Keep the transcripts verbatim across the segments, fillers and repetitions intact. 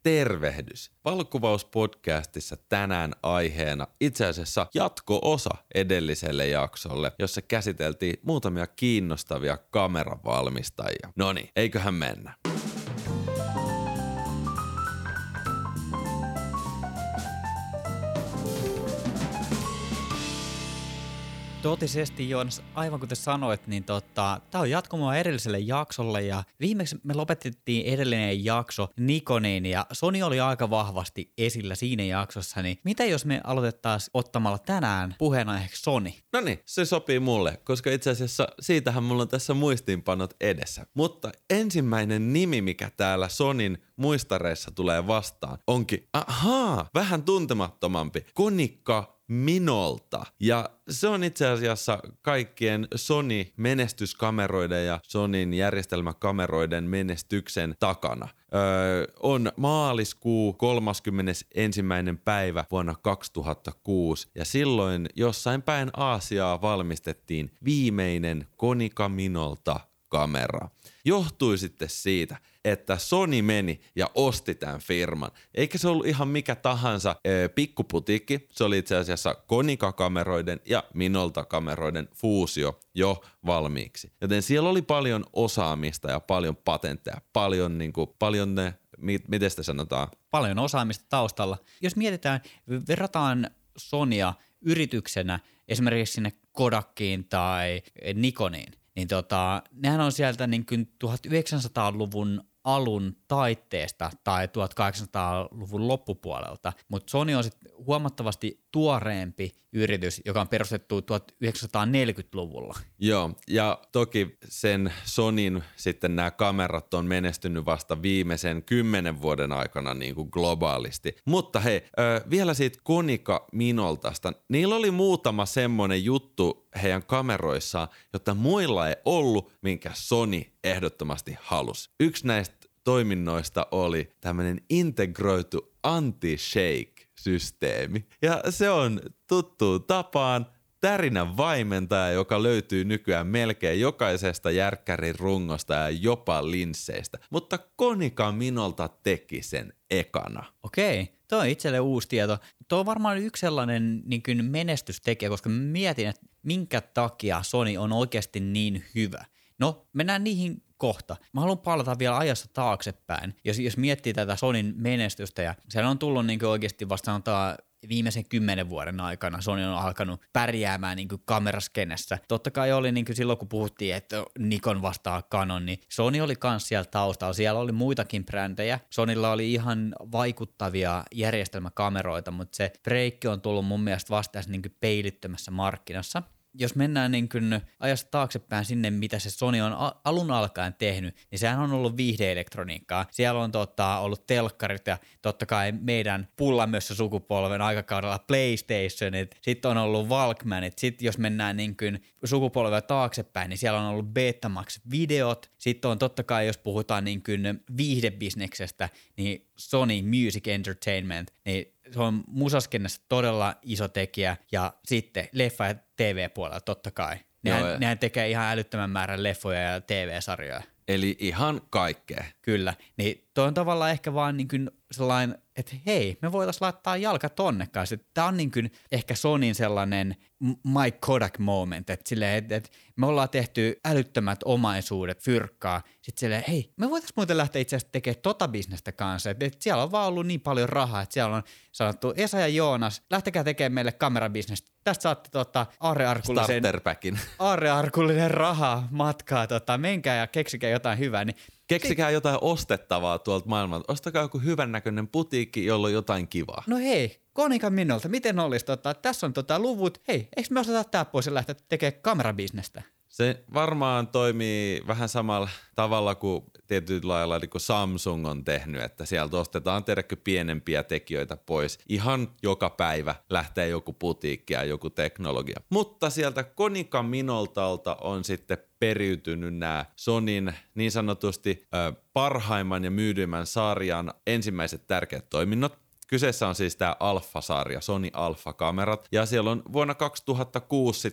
tervehdys. Valokuvauspodcastissa tänään aiheena itse asiassa jatko-osa edelliselle jaksolle, jossa käsiteltiin muutamia kiinnostavia kameravalmistajia. Noniin, eiköhän mennä. Totisesti, Joonas, aivan kuten sanoit, niin tota, tämä on jatkumoa edelliselle jaksolle ja viimeksi me lopetettiin edellinen jakso Nikoniin ja Sony oli aika vahvasti esillä siinä jaksossa, niin mitä jos me aloitettaisiin ottamalla tänään puheenaiheeksi Sony? No niin, se sopii mulle, koska itse asiassa siitähän mulla on tässä muistiinpanot edessä. Mutta ensimmäinen nimi, mikä täällä Sonyn muistareissa tulee vastaan, onkin, ahaa, vähän tuntemattomampi, Konica Minolta. Ja se on itse asiassa kaikkien Sony-menestyskameroiden ja Sonyn järjestelmäkameroiden menestyksen takana. Öö, on maaliskuu kolmaskymmenesensimmäinen päivä vuonna kaksituhattakuusi ja silloin jossain päin Aasiaa valmistettiin viimeinen Konica Minolta kamera. Johtui sitten siitä, että Sony meni ja osti tämän firman. Eikä se ollut ihan mikä tahansa ee, pikkuputiikki. Se oli itse asiassa Konica-kameroiden ja Minolta-kameroiden fuusio jo valmiiksi. Joten siellä oli paljon osaamista ja paljon patentteja. Paljon, niin kuin, paljon ne, mit, miten sitä sanotaan? Paljon osaamista taustalla. Jos mietitään, verrataan Sonya yrityksenä esimerkiksi sinne Kodakiin tai Nikoniin, niin tota, nehän on sieltä niin kuin tuhatyhdeksänsataaluvun alun taitteesta tai tuhatkahdeksansataaluvun loppupuolelta, mutta Sony on sitten huomattavasti tuoreempi yritys, joka on perustettu tuhatyhdeksänsataaneljäkymmentäluvulla. Joo, ja toki sen Sonyn sitten nämä kamerat on menestynyt vasta viimeisen kymmenen vuoden aikana niin kuin globaalisti. Mutta hei, äh, vielä siitä Konica Minoltasta. Niillä oli muutama semmoinen juttu heidän kameroissaan, jotta muilla ei ollut, minkä Sony ehdottomasti halusi. Yksi näistä toiminnoista oli tämmöinen integroitu anti-shake-systeemi. Ja se on tuttuun tapaan tärinän vaimentaja, joka löytyy nykyään melkein jokaisesta järkkärin rungosta ja jopa linsseistä. Mutta Konica Minolta teki sen ekana. Okei, toi on itselle uusi tieto. Tuo on varmaan yksi sellainen niin kuin menestystekijä, koska mietin, että minkä takia Sony on oikeasti niin hyvä. No, mennään niihin kohta. Mä haluan palata vielä ajassa taaksepäin, jos, jos miettii tätä Sonyn menestystä, ja sehän on tullut niin kuin oikeasti vasta sanotaan viimeisen kymmenen vuoden aikana Sony on alkanut pärjäämään niin kuin kameraskenessä. Totta kai oli niin kuin silloin, kun puhuttiin, että Nikon vastaa Canon, niin Sony oli kans siellä taustalla. Siellä oli muitakin brändejä. Sonylla oli ihan vaikuttavia järjestelmäkameroita, mutta se breikki on tullut mun mielestä vasta niin kuin peilittömässä markkinassa. Jos mennään niin kuin ajasta taaksepäin sinne, mitä se Sony on alun alkaen tehnyt, niin sehän on ollut viihdeelektroniikkaa. Siellä on tota, ollut telkkarit ja totta kai meidän pullamössä sukupolven aikakaudella PlayStationit, sitten on ollut Walkmanit, sitten jos mennään niin kuin sukupolven taaksepäin, niin siellä on ollut Betamax-videot, sitten on totta kai, jos puhutaan niin kuin viihdebisneksestä, niin Sony Music Entertainment, niin se on musaskennassa todella iso tekijä ja sitten leffa- ja T V-puolella totta kai. Nehän, nehän tekee ihan älyttömän määrän leffoja ja T V-sarjoja. Eli ihan kaikkea. Kyllä, niin toi on tavallaan ehkä vaan niin kuin sellainen, että hei, me voitaisiin laittaa jalka tonne kanssa. Tämä on niin kuin ehkä Sonyn sellainen My Kodak moment, että silleen, että, että me ollaan tehty älyttömät omaisuudet fyrkkaa. Sitten silleen, hei, me voitaisiin muuten lähteä itse asiassa tekemään tota bisnestä kanssa. Että, että siellä on vaan ollut niin paljon rahaa, että siellä on sanottu Esa ja Joonas, lähtekää tekemään meille kamerabisnestä. Tästä saatte tota aarrearkullisen, starterpackin. aarrearkullinen rahaa matkaa, tota, menkää ja keksikää jotain hyvää. Niin Keksikää si- jotain ostettavaa tuolta maailmalta. Ostakaa joku hyvän näköinen putiikki, jolla on jotain kivaa. No hei, Konica Minolta, miten olisi? Tota, tässä on tota luvut. Hei, eikö me osata tää pois ja lähteä tekemään kamerabisnestä? Se varmaan toimii vähän samalla tavalla kuin tietyllä lailla niin kuin Samsung on tehnyt, että sieltä ostetaan tiedätkö pienempiä tekijöitä pois. Ihan joka päivä lähtee joku putiikki ja joku teknologia. Mutta sieltä Konica Minoltalta on sitten periytynyt nämä Sonyn niin sanotusti ö, parhaimman ja myydymän sarjan ensimmäiset tärkeät toiminnot. Kyseessä on siis tämä Alpha-sarja, Sony Alpha-kamerat, ja siellä on vuonna kaksituhattakuusi sitten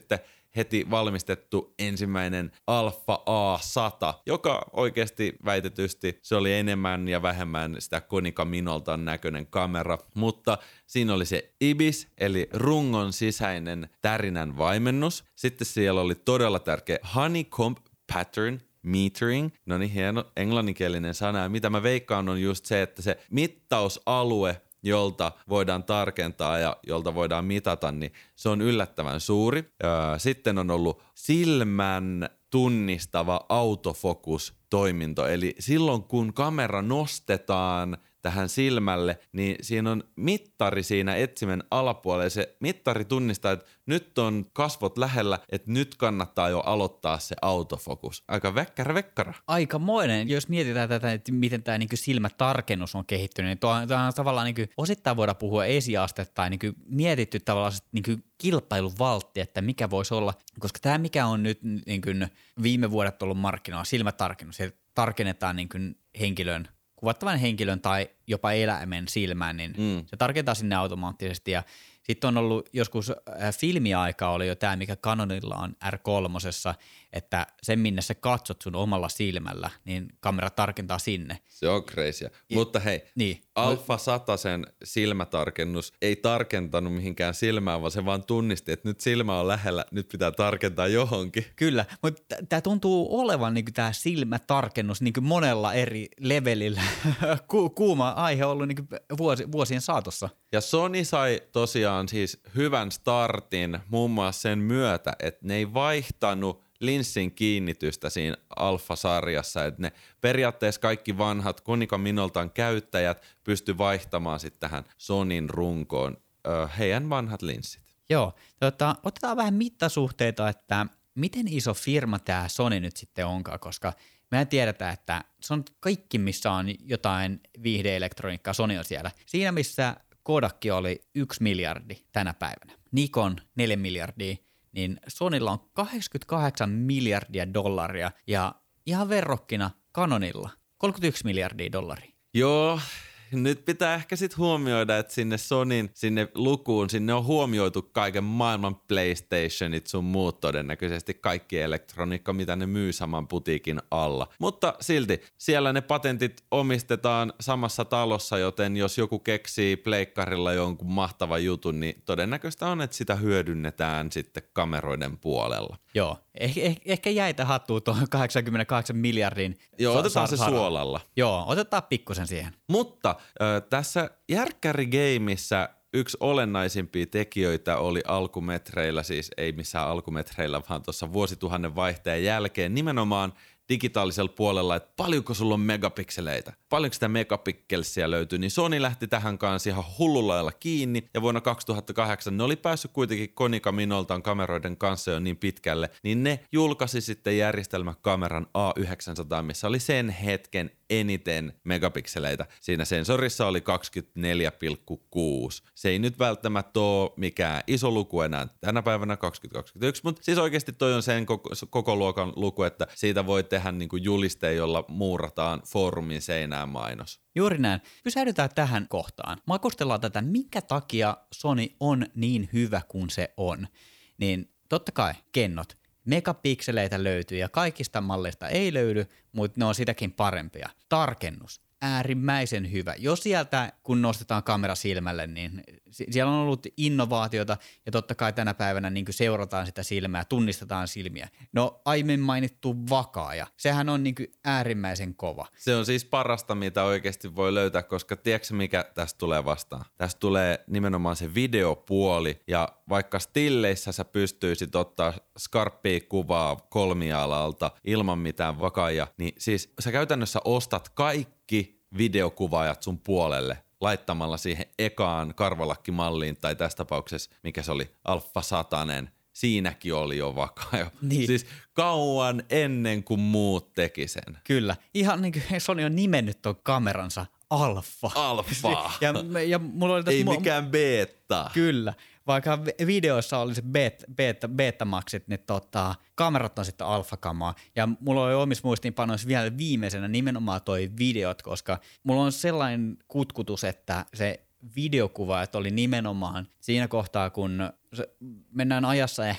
heti valmistettu ensimmäinen Alfa A sata, joka oikeasti väitetysti se oli enemmän ja vähemmän sitä Konica Minoltan näköinen kamera, mutta siinä oli se I B I S, eli rungon sisäinen tärinän vaimennus. Sitten siellä oli todella tärkeä honeycomb pattern metering, no niin hieno englanninkielinen sana, ja mitä mä veikkaan on just se, että se mittausalue, jolta voidaan tarkentaa ja jolta voidaan mitata, niin se on yllättävän suuri. Sitten on ollut silmän tunnistava autofokus-toiminto, eli silloin kun kamera nostetaan tähän silmälle, niin siinä on mittari siinä etsimen alapuolella ja se mittari tunnistaa, että nyt on kasvot lähellä, että nyt kannattaa jo aloittaa se autofokus. Aika väkkärä vekkara. Aikamoinen. Jos mietitään tätä, että miten tämä niinku silmätarkennus on kehittynyt, niin tuo on tavallaan niinku, osittain voidaan puhua esiastetta tai niinku mietitty tavallaan niinku kilpailuvaltti, että mikä voisi olla, koska tämä mikä on nyt niinku viime vuodet ollut markkinoilla, silmätarkennus, se tarkennetaan niinku henkilön kuvattavan henkilön tai jopa eläimen silmään, niin mm. se tarkentaa sinne automaattisesti. Ja sitten on ollut joskus äh, filmiaika oli jo tämä, mikä Canonilla on R kolme, että sen minne sä katsot sun omalla silmällä, niin kamera tarkentaa sinne. Se on crazy. Ja, mutta hei, niin. Alfa satasen silmätarkennus ei tarkentanut mihinkään silmään, vaan se vaan tunnisti, että nyt silmä on lähellä, nyt pitää tarkentaa johonkin. Kyllä, mutta tämä tuntuu olevan niin tämä silmätarkennus niin monella eri levelillä. Ku- kuuma aihe ollut niin vuosi, vuosien saatossa. Ja Sony sai tosiaan siis hyvän startin muun muassa sen myötä, että ne ei vaihtanut linssin kiinnitystä siinä Alfa-sarjassa, että ne periaatteessa kaikki vanhat Konica Minoltan käyttäjät pysty vaihtamaan sitten tähän Sonyn runkoon ö, heidän vanhat linssit. Joo, tota, otetaan vähän mittasuhteita, että miten iso firma tämä Sony nyt sitten onkaan, koska mehän tiedetään, että se on kaikki, missä on jotain viihdeelektroniikkaa, Sony on siellä. Siinä, missä Kodak oli yksi miljardi tänä päivänä, Nikon neljä miljardia, niin Sonylla on kahdeksankymmentäkahdeksan miljardia dollaria ja ihan verrokkina Canonilla kolmekymmentäyksi miljardia dollaria. Joo, nyt pitää ehkä sitten huomioida, että sinne Sonyn, sinne lukuun, sinne on huomioitu kaiken maailman PlayStationit sun muut todennäköisesti, kaikki elektroniikka, mitä ne myy saman putiikin alla. Mutta silti siellä ne patentit omistetaan samassa talossa, joten jos joku keksii pleikkarilla jonkun mahtavan jutun, niin todennäköistä on, että sitä hyödynnetään sitten kameroiden puolella. Joo, eh- eh- ehkä jäitä hattua tuohon kahdeksankymmentäkahdeksan miljardin. Joo, sa- otetaan sa- se sa- suolalla. Joo, otetaan pikkusen siihen. Mutta äh, tässä järkkärigeimissä yksi olennaisimpia tekijöitä oli alkumetreillä, siis ei missään alkumetreillä, vaan tuossa vuosituhannen vaihteen jälkeen nimenomaan digitaalisella puolella, että paljonko sulla on megapikseleitä, paljonko sitä megapikkelsiä löytyy, niin Sony lähti tähän kanssa ihan hullulla lailla kiinni, ja vuonna kaksituhattakahdeksan ne oli päässyt kuitenkin Konica Minoltan kameroiden kanssa jo niin pitkälle, niin ne julkaisi sitten järjestelmäkameran A yhdeksänsataa, missä oli sen hetken eniten megapikseleitä. Siinä sensorissa oli kaksikymmentäneljä pilkku kuusi. Se ei nyt välttämättä ole mikään iso luku enää tänä päivänä kaksituhattakaksikymmentäyksi, mutta siis oikeasti toi on sen koko, koko luokan luku, että siitä voi tehdä niinku juliste, jolla muurataan foorumin seinään mainos. Juuri näin. Pysähdytään tähän kohtaan. Makustellaan tätä, minkä takia Sony on niin hyvä kuin se on. Niin totta kai kennot. Megapikseleitä löytyy ja kaikista malleista ei löydy, mutta ne on sitäkin parempia. Tarkennus. Äärimmäisen hyvä. Jos sieltä, kun nostetaan kamera silmälle, niin siellä on ollut innovaatiota ja totta kai tänä päivänä niin seurataan sitä silmää, tunnistetaan silmiä. No aiemmin mainittu vakaaja, sehän on niin äärimmäisen kova. Se on siis parasta, mitä oikeasti voi löytää, koska tiedätkö mikä tästä tulee vastaan? Tästä tulee nimenomaan se videopuoli ja vaikka stilleissä sä pystyisit ottaa skarppia kuvaa kolmialalta ilman mitään vakaajia, niin siis sä käytännössä ostat kaikki videokuvaajat sun puolelle laittamalla siihen ekaan karvalakkimalliin tai tässä tapauksessa, mikä se oli, Alfa satanen. Siinäkin oli jo vakaaja. Niin. Siis kauan ennen kuin muut teki sen. Kyllä. Ihan niin kuin Sony on nimennyt ton kameransa Alfa. Alfa. ja, ja mulla oli Ei mu- mikään beta. Kyllä. Vaikka videoissa oli se beta, beta, beta-maksit, niin tota, kamerat on sitten alfakamaa. Ja mulla oli omissa muistiinpanoissa vielä viimeisenä nimenomaan toi videot, koska mulla on sellainen kutkutus, että se videokuva, että oli nimenomaan siinä kohtaa, kun mennään ajassa ehkä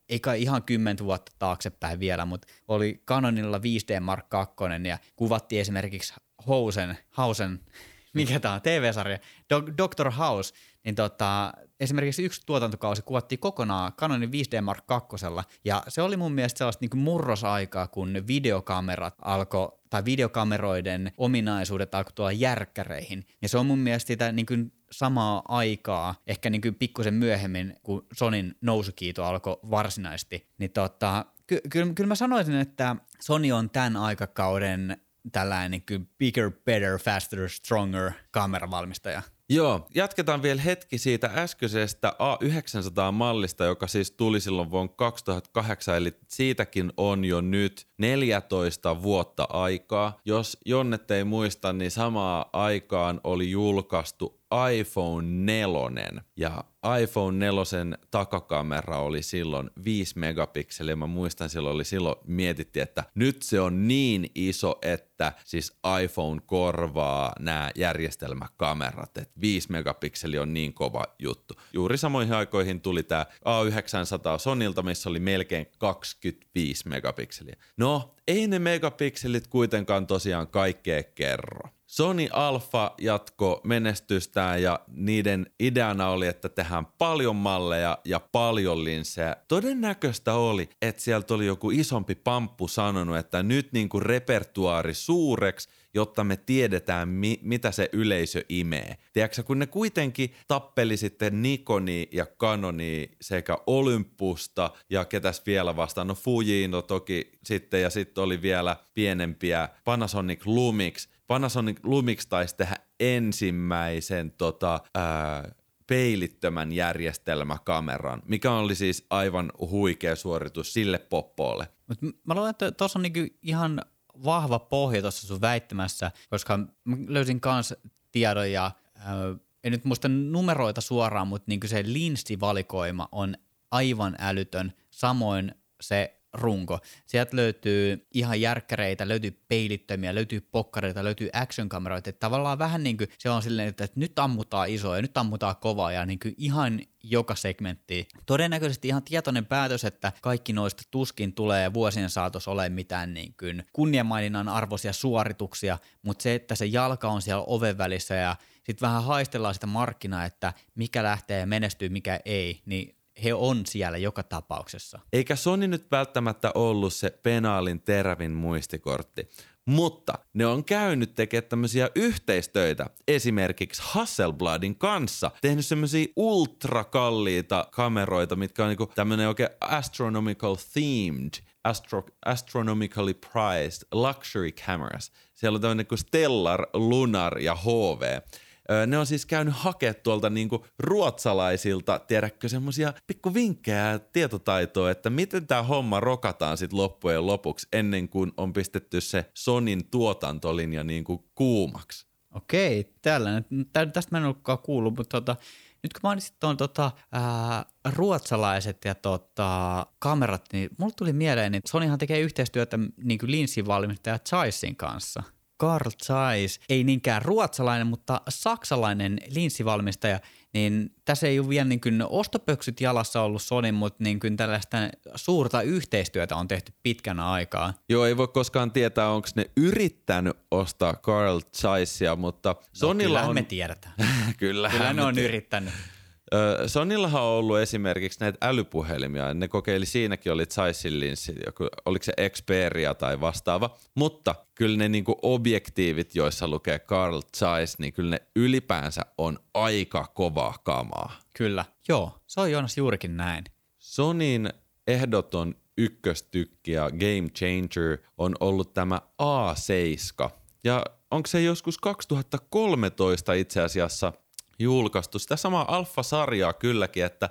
eikä ihan kymmentä vuotta taaksepäin vielä, mutta oli Canonilla viisi D Mark kaksi ja kuvattiin esimerkiksi Housen, Hausen, mikä tämä on, T V-sarja, doctor House, niin tota, esimerkiksi yksi tuotantokausi kuvattiin kokonaan Canonin viisi D Mark kaksi, ja se oli mun mielestä sellaista niin kuin murrosaikaa, kun videokamerat alkoi, tai videokameroiden ominaisuudet alkoi tuolla järkkäreihin, ja se on mun mielestä sitä niin kuin samaa aikaa, ehkä niin kuin pikkusen myöhemmin, kun Sonyn nousukiito alkoi varsinaisesti, niin tota, ky- kyllä, kyllä mä sanoisin, että Sony on tämän aikakauden tällainen niin kuin bigger, better, faster, stronger kameravalmistaja. Joo, jatketaan vielä hetki siitä äskeisestä A yhdeksänsataa-mallista, joka siis tuli silloin vuonna kaksituhattakahdeksan, eli siitäkin on jo nyt neljätoista vuotta aikaa. Jos Jonnet ei muista, niin samaan aikaan oli julkaistu iPhone neljä, ja iPhone neljä takakamera oli silloin viisi megapikseliä. Mä muistan, silloin oli silloin mietittiin, että nyt se on niin iso, että siis iPhone korvaa nämä järjestelmäkamerat, että viisi megapikseliä on niin kova juttu. Juuri samoihin aikoihin tuli tämä A yhdeksänsataa Sonylta, missä oli melkein kaksikymmentäviisi megapikseliä. No, ei ne megapikselit kuitenkaan tosiaan kaikkea kerro. Sony Alpha jatko menestystään ja niiden ideana oli, että tehdään paljon malleja ja paljon linssejä. Todennäköistä oli, että sieltä oli joku isompi pamppu sanonut, että nyt niinku repertuaari suureksi, jotta me tiedetään, mi- mitä se yleisö imee. Tiedätkö, kun ne kuitenkin tappeli sitten Nikonia ja Canonia sekä Olympusta ja ketäs vielä vastaan, no Fujino toki sitten ja sitten oli vielä pienempiä Panasonic Lumix. Panasonic Lumix taisi tehdä ensimmäisen tota, ää, peilittömän järjestelmäkameran, mikä oli siis aivan huikea suoritus sille poppoolle. Mut mä luulen, että tuossa on niinku ihan vahva pohja tuossa sun väittämässä, koska mä löysin kans tiedon ja äh, en nyt muista numeroita suoraan, mutta niinku se linssivalikoima on aivan älytön, samoin se runko. Sieltä löytyy ihan järkkäreitä, löytyy peilittömiä, löytyy pokkareita, löytyy action-kameroita. Että tavallaan vähän niin kuin se on silleen, että nyt ammutaan isoa ja nyt ammutaan kovaa ja niin kuin ihan joka segmenttiin. Todennäköisesti ihan tietoinen päätös, että kaikki noista tuskin tulee vuosien saatossa olemaan mitään niin kuin kunniamaininnan arvoisia suorituksia, mutta se, että se jalka on siellä oven välissä ja sitten vähän haistellaan sitä markkinaa, että mikä lähtee ja menestyy, mikä ei, niin he on siellä joka tapauksessa. Eikä Sony nyt välttämättä ollut se penaalin terävin muistikortti, mutta ne on käynyt tekemään tämmöisiä yhteistöitä, esimerkiksi Hasselbladin kanssa, tehnyt semmoisia ultrakalliita kameroita, mitkä on niinku tämmöinen oikein astronomical themed, astro, astronomically priced luxury cameras. Siellä on tämmöinen kuin Stellar, Lunar ja H V. Ne on siis käynyt hakemaan tuolta niinku ruotsalaisilta, tiedätkö, semmosia pikku vinkkejä ja tietotaitoa, että miten tää homma rokataan sit loppujen lopuksi ennen kuin on pistetty se Sonyn tuotantolinja niinku kuumaksi. Okei, tällainen. Tästä mä en ollutkaan kuullut, mutta tota, nyt kun mainitsit tuon tota, ää, ruotsalaiset ja tota, kamerat, niin mulle tuli mieleen, että Sonyhan tekee yhteistyötä niin kuin linssivalmistaja Zeissin kanssa. Carl Zeiss, ei niinkään ruotsalainen, mutta saksalainen linssivalmistaja, niin tässä ei ole vielä niin kuin ostopöksyt jalassa ollut Sony, mutta niin kuin tällaista suurta yhteistyötä on tehty pitkän aikaa. Joo, ei voi koskaan tietää, onko ne yrittänyt ostaa Carl Zeissia, mutta no, Sonylla on... me tiedetään. Kyllä, kyllä ne on tiedät. yrittänyt. Sonyllahan on ollut esimerkiksi näitä älypuhelimia. Ne kokeili, siinäkin oli Zeissin linssi, oliko se Xperia tai vastaava. Mutta kyllä ne niinku objektiivit, joissa lukee Carl Zeiss, niin kyllä ne ylipäänsä on aika kovaa kamaa. Kyllä, joo, se on Joonas juurikin näin. Sonyn ehdoton ykköstykki ja game changer on ollut tämä A seitsemän. Ja onko se joskus kaksituhattakolmetoista itse asiassa julkaistu sitä samaa Alpha-sarjaa kylläkin, että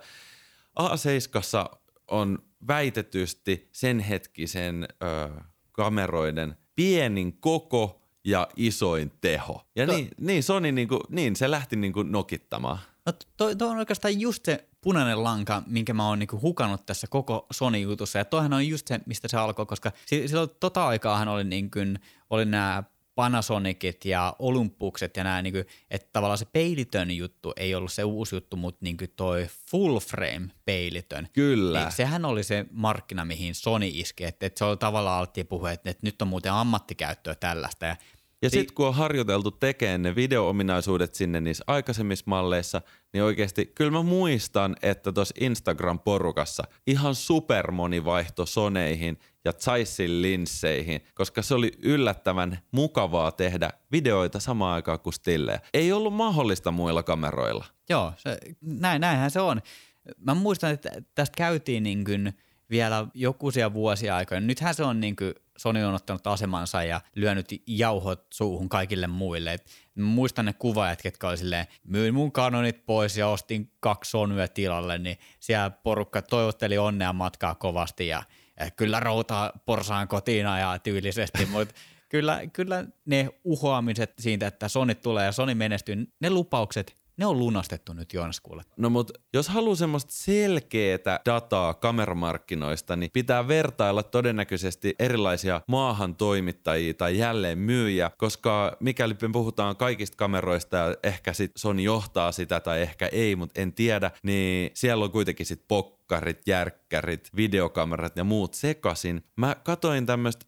A seitsemän on väitetysti sen hetkisen ö, kameroiden pienin koko ja isoin teho. Ja to- niin, niin Sony niinku, niin se lähti niinku nokittamaan. No toi, toi on oikeastaan just se punainen lanka, minkä mä oon niinku hukannut tässä koko Sony-jutussa. Ja toihan on just se, mistä se alkoi, koska silloin tota aikaahan oli, niinku, oli nämä Panasonicit ja Olympukset ja nämä, niin kuin, että tavallaan se peilitön juttu ei ollut se uusi juttu, mutta niin kuin toi full frame peilitön. Kyllä. Niin sehän oli se markkina, mihin Sony iski, että, että se oli tavallaan alettiin puhua, että, että nyt on muuten ammattikäyttöä tällaista. Ja, ja sitten kun on harjoiteltu tekemään ne video-ominaisuudet sinne niissä aikaisemmissa malleissa, niin oikeasti kyllä mä muistan, että tuossa Instagram-porukassa ihan supermoni vaihto Soneihin ja Zeissin linsseihin, koska se oli yllättävän mukavaa tehdä videoita samaan aikaan kuin stillejä. Ei ollut mahdollista muilla kameroilla. Joo, se, näin, näinhän se on. Mä muistan, että tästä käytiin niin kuin vielä jokuisia vuosia aikaa. Nythän se on niin kuin Sony on ottanut asemansa ja lyönyt jauhot suuhun kaikille muille. Et muistan ne kuvaajat, ketkä oli silleen, myin mun Canonit pois ja ostin kaksi Sonyä tilalle, niin siellä porukka toivotteli onnea matkaa kovasti ja, ja kyllä routaa porsaan kotiin ja tyylisesti, mutta kyllä, kyllä ne uhoamiset siitä, että Sony tulee ja Sony menestyy, ne lupaukset, ne on lunastettu nyt Joonas kuule. No mut jos haluaa semmoista selkeää dataa kameramarkkinoista, niin pitää vertailla todennäköisesti erilaisia maahan toimittajia tai jälleen myyjiä, koska mikäli me puhutaan kaikista kameroista ja ehkä sit Sony johtaa sitä tai ehkä ei, mutta en tiedä, niin siellä on kuitenkin sit pokkarit, järkkärit, videokamerat ja muut sekasin. Mä katoin tämmöistä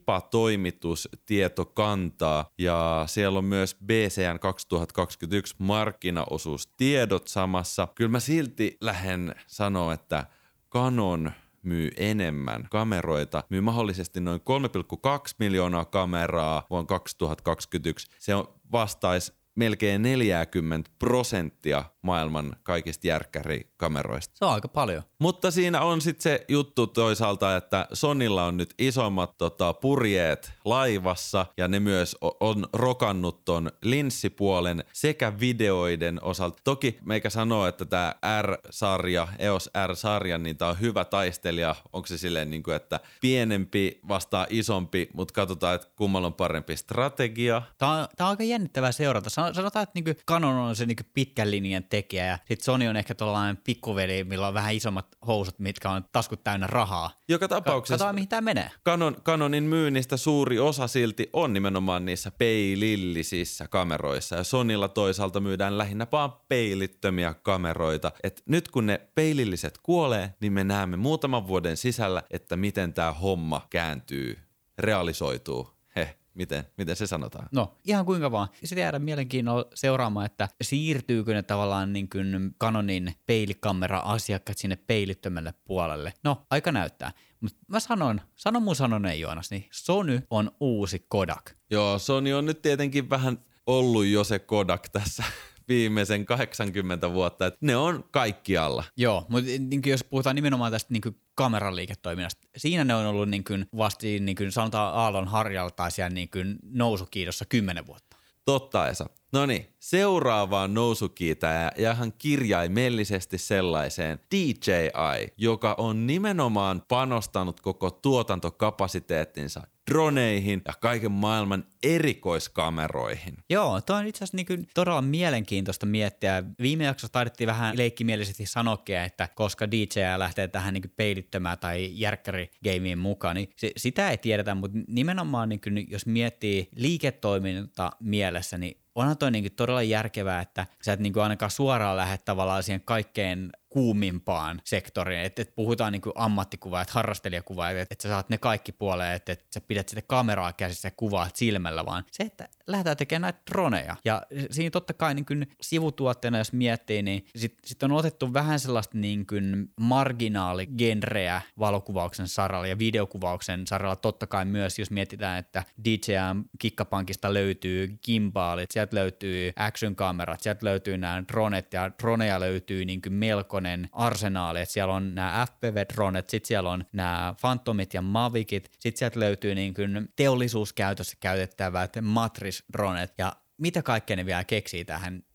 SIPA-toimitustietokantaa ja siellä on myös B C N kaksituhattakaksikymmentäyksi markkinaosuustiedot samassa. Kyllä mä silti lähden sanoa, että Canon myy enemmän kameroita, myy mahdollisesti noin kolme pilkku kaksi miljoonaa kameraa vuonna kaksituhattakaksikymmentäyksi. Se on vastaisi melkein neljäkymmentä prosenttia maailman kaikista järkkärikameroista. Se on aika paljon. Mutta siinä on sitten se juttu toisaalta, että Sonylla on nyt isommat tota, purjeet laivassa ja ne myös on rokannut ton linssipuolen sekä videoiden osalta. Toki meikä sanoo, että tämä R-sarja, E O S R-sarja, niin tää on hyvä taistelija. Onko se silleen, niin kuin, että pienempi vastaa isompi, mutta katsotaan, että kummalla on parempi strategia. Tämä on, tämä on aika jännittävää seurata. Sanotaan, että niinku Canon on se niinku pitkän linjan tekijä ja sitten Sony on ehkä tuollainen pikkuveli, millä on vähän isommat housut, mitkä on taskut täynnä rahaa. Joka tapauksessa katsotaan, mihin tämä menee. Canon, Canonin myynnistä suuri osa silti on nimenomaan niissä peilillisissä kameroissa ja Sonylla toisaalta myydään lähinnä vaan peilittömiä kameroita. Et nyt kun ne peililliset kuolee, niin me näemme muutaman vuoden sisällä, että miten tämä homma kääntyy, realisoituu. Heh. Miten, miten se sanotaan? No, ihan kuinka vaan. Sitä jäädään mielenkiinnolla seuraamaan, että siirtyykö ne tavallaan niin kuin Canonin peilikamera-asiakkaat sinne peilittömälle puolelle. No, aika näyttää. Mutta mä sanon, sanon mun sanoneen Joonas, niin Sony on uusi Kodak. Joo, Sony on nyt tietenkin vähän ollut jo se Kodak tässä viimeisen kahdeksankymmentä vuotta, että ne on kaikkialla. Joo, mutta niin jos puhutaan nimenomaan tästä niin kameran liiketoiminnasta, siinä ne on ollut niin kuin vasti niin kuin sanotaan aallon harjalla tai siellä niin kuin nousukiidossa kymmenen vuotta. Totta, Esa. No niin, seuraavaan nousukiitäjä ja ihan kirjaimellisesti sellaiseen D J I, joka on nimenomaan panostanut koko tuotantokapasiteettinsa droneihin ja kaiken maailman erikoiskameroihin. Joo, tuo on itse asiassa niin todella mielenkiintoista miettiä. Viime jaksossa taidettiin vähän leikkimielisesti sanokia, että koska D J I lähtee tähän niin peilittömään tai järkkärigeimiin mukaan, niin se, sitä ei tiedetä, mutta nimenomaan niin kuin, jos miettii liiketoiminta mielessä, niin onhan toi niin todella järkevää, että sä et niin ainakaan suoraan lähde tavallaan siihen kaikkein kuumimpaan sektoriin, että et puhutaan niinku ammattikuvaajat, harrastelijakuvaajat, että et sä saat ne kaikki puoleen, että et sä pidät sitä kameraa käsissä ja kuvaat silmällä, vaan se, että lähdetään tekemään näitä droneja. Ja siinä totta kai niin kuin sivutuotteena, jos miettii, niin sitten sit on otettu vähän sellaista niin kuin marginaaligenreä valokuvauksen saralla ja videokuvauksen saralla totta kai myös, jos mietitään, että D J I-kikkapankista löytyy gimbaalit, sieltä löytyy action-kamerat, sieltä löytyy nämä dronet ja droneja löytyy niin kuin melkoinen arsenaali, että siellä on nämä F P V-dronet, sitten siellä on nämä Phantomit ja Mavicit, sitten sieltä löytyy niin kuin teollisuuskäytössä käytettävät Matrix-dronet ja mitä kaikkea ne vielä keksii tähän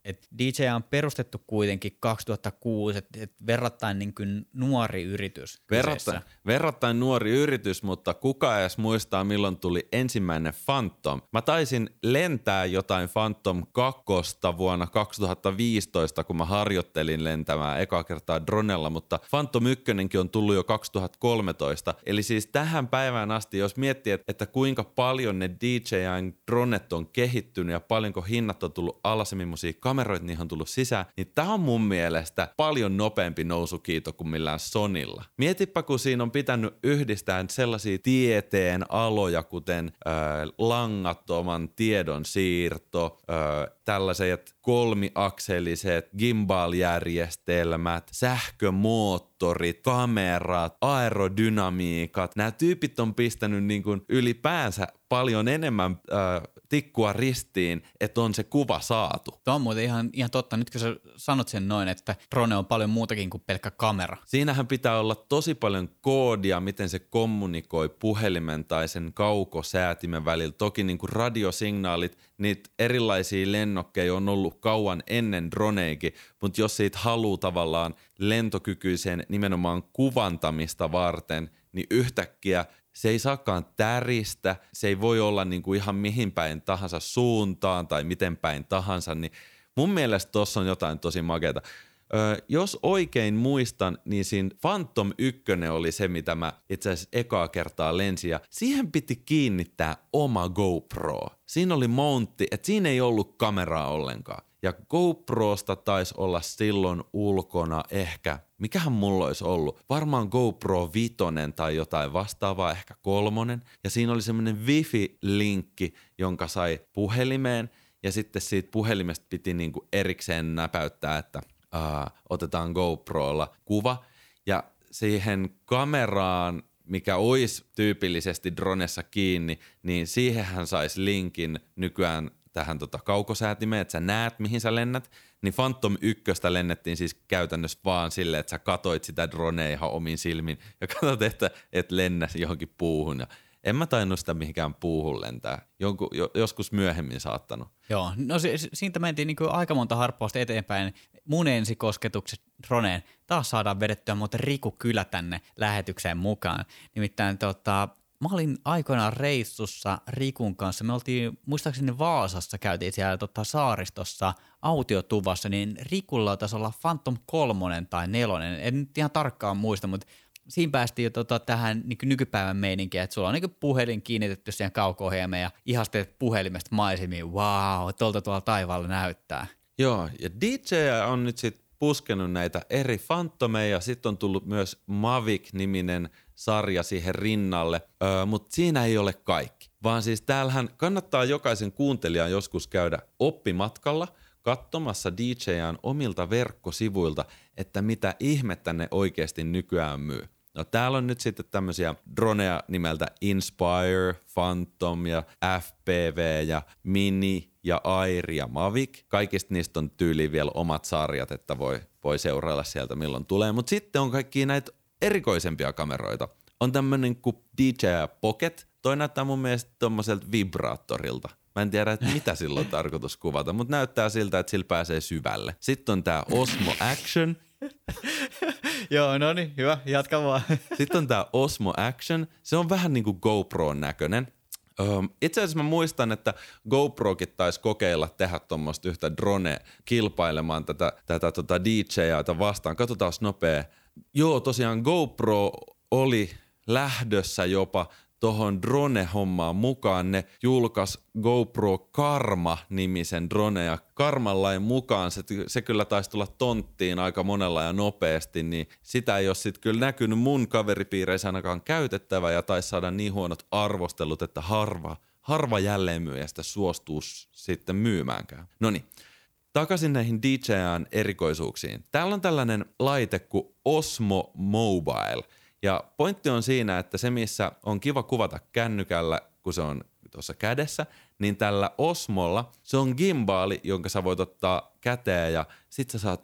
Et D J I on perustettu kuitenkin kaksituhattakuusi, että et verrattain niin kuin nuori yritys. Verrattain, verrattain nuori yritys, mutta kuka edes muistaa, milloin tuli ensimmäinen Phantom. Mä taisin lentää jotain Phantom kakkosta vuonna kaksituhattaviisitoista, kun mä harjoittelin lentämään ekaa kertaa dronella, mutta Phantom ykkönen on tullut jo kaksituhattakolmetoista. Eli siis tähän päivään asti, jos miettii, että kuinka paljon ne D J I:n dronet on kehittynyt ja paljonko hinnat on tullut alas, millaisia kameroita niihin on tullut sisään, niin tää on mun mielestä paljon nopeampi nousukiito kuin millään Sonylla. Mietipä, kun siinä on pitänyt yhdistää sellaisia tieteen aloja, kuten äh, langattoman tiedon siirto, äh, tällaiset kolmiakseliset gimbal-järjestelmät, sähkömoottorit, kamerat, aerodynamiikat. Nämä tyypit on pistänyt niin kuin ylipäänsä paljon enemmän äh, tikkua ristiin, että on se kuva saatu. Tuo on muuten ihan, ihan totta. Nyt kun sä sanot sen noin, että drone on paljon muutakin kuin pelkkä kamera. Siinähän pitää olla tosi paljon koodia, miten se kommunikoi puhelimen tai sen kaukosäätimen välillä. Toki niin kuin radiosignaalit, niitä erilaisia lennokkeja on ollut kauan ennen droneikin, mutta jos siitä haluaa tavallaan lentokykyisen nimenomaan kuvantamista varten, niin yhtäkkiä se ei saakaan täristä, se ei voi olla niin kuin ihan mihin päin tahansa suuntaan tai miten päin tahansa, niin mun mielestä tossa on jotain tosi makeata. Öö, jos oikein muistan, niin siinä Phantom yksi oli se, mitä mä itse asiassa ekaa kertaa lensin ja siihen piti kiinnittää oma GoPro. Siinä oli mountti, että siinä ei ollut kameraa ollenkaan. Ja GoProsta taisi olla silloin ulkona ehkä, mikähän mulla olisi ollut, varmaan GoPro vitonen tai jotain vastaavaa, ehkä kolmonen. Ja siinä oli semmoinen wifi-linkki, jonka sai puhelimeen ja sitten siitä puhelimesta piti niinku erikseen näpäyttää, että uh, otetaan GoProlla kuva. Ja siihen kameraan, mikä olisi tyypillisesti dronessa kiinni, niin siihenhän saisi linkin nykyään tähän tota kaukosäätimeen, että sä näet, mihin sä lennät, niin Phantom ykköstä lennettiin siis käytännössä vaan silleen, että sä katoit sitä dronea ihan omin silmin ja katsot, että et lennä johonkin puuhun. Ja en mä tainnut sitä mihinkään puuhun lentää. Jonku, jo, joskus myöhemmin saattanut. Joo, no si- siitä mentiin niin kuin aika monta harppausta eteenpäin. Mun ensikosketukset droneen. Taas saadaan vedettyä muuten Riku Kylä tänne lähetykseen mukaan. Nimittäin tota... Mä olin aikoinaan reissussa Rikun kanssa. Me oltiin, muistaakseni Vaasassa, käytiin siellä tota, saaristossa autiotuvassa, niin Rikulla taisi olla Phantom kolmonen tai nelonen. En nyt ihan tarkkaan muista, mutta siinä päästiin jo tota, tähän niin nykypäivän meininkiin, että sulla on niin puhelin kiinnitetty siihen kauko-ohjelmeen ja ihasteet puhelimesta maisemiin. Vau, wow, tuolta tuolla taivaalla näyttää. Joo, ja D J I on nyt sitten puskenut näitä eri Phantomeja, sitten on tullut myös Mavic-niminen sarja siihen rinnalle, öö, mutta siinä ei ole kaikki. Vaan siis täällähän kannattaa jokaisen kuuntelijan joskus käydä oppimatkalla katsomassa D J I:n omilta verkkosivuilta, että mitä ihmettä ne oikeasti nykyään myy. No täällä on nyt sitten tämmöisiä droneja nimeltä Inspire, Phantom ja F P V ja Mini ja Air ja Mavic. Kaikista niistä on tyyliin vielä omat sarjat, että voi, voi seurailla sieltä milloin tulee. Mutta sitten on kaikki näitä erikoisempia kameroita. On tämmönen kuin D J I Pocket. Toi näyttää mun mielestä tommoselta vibraattorilta. Mä en tiedä, että mitä sillä on tarkoitus kuvata, mutta näyttää siltä, että sillä pääsee syvälle. Sitten on tää Osmo Action. Joo, no niin, hyvä, jatka vaan. Sitten on tää Osmo Action. Se on vähän niin kuin GoPron näköinen. Um, itse asiassa mä muistan, että GoProkin taisi kokeilla tehdä tuommoista yhtä drone kilpailemaan tätä, tätä tota D J I:tä vastaan. Katsotaan nopea. Joo, tosiaan GoPro oli lähdössä jopa tohon drone-hommaan mukaan. Ne julkaisi GoPro Karma-nimisen drone ja Karman mukaan se, se kyllä taisi tulla tonttiin aika monella ja nopeasti, niin sitä ei ole sitten kyllä näkynyt mun kaveripiireissä ainakaan käytettävä ja taisi saada niin huonot arvostelut, että harva, harva jälleenmyyjästä suostuu sitten myymäänkään. Noniin. Takaisin näihin D J I:n erikoisuuksiin. Täällä on tällainen laite kuin Osmo Mobile. Ja pointti on siinä, että se missä on kiva kuvata kännykällä, kun se on tuossa kädessä, niin tällä Osmolla se on gimbaali, jonka sä voit ottaa käteen ja sit sä saat sun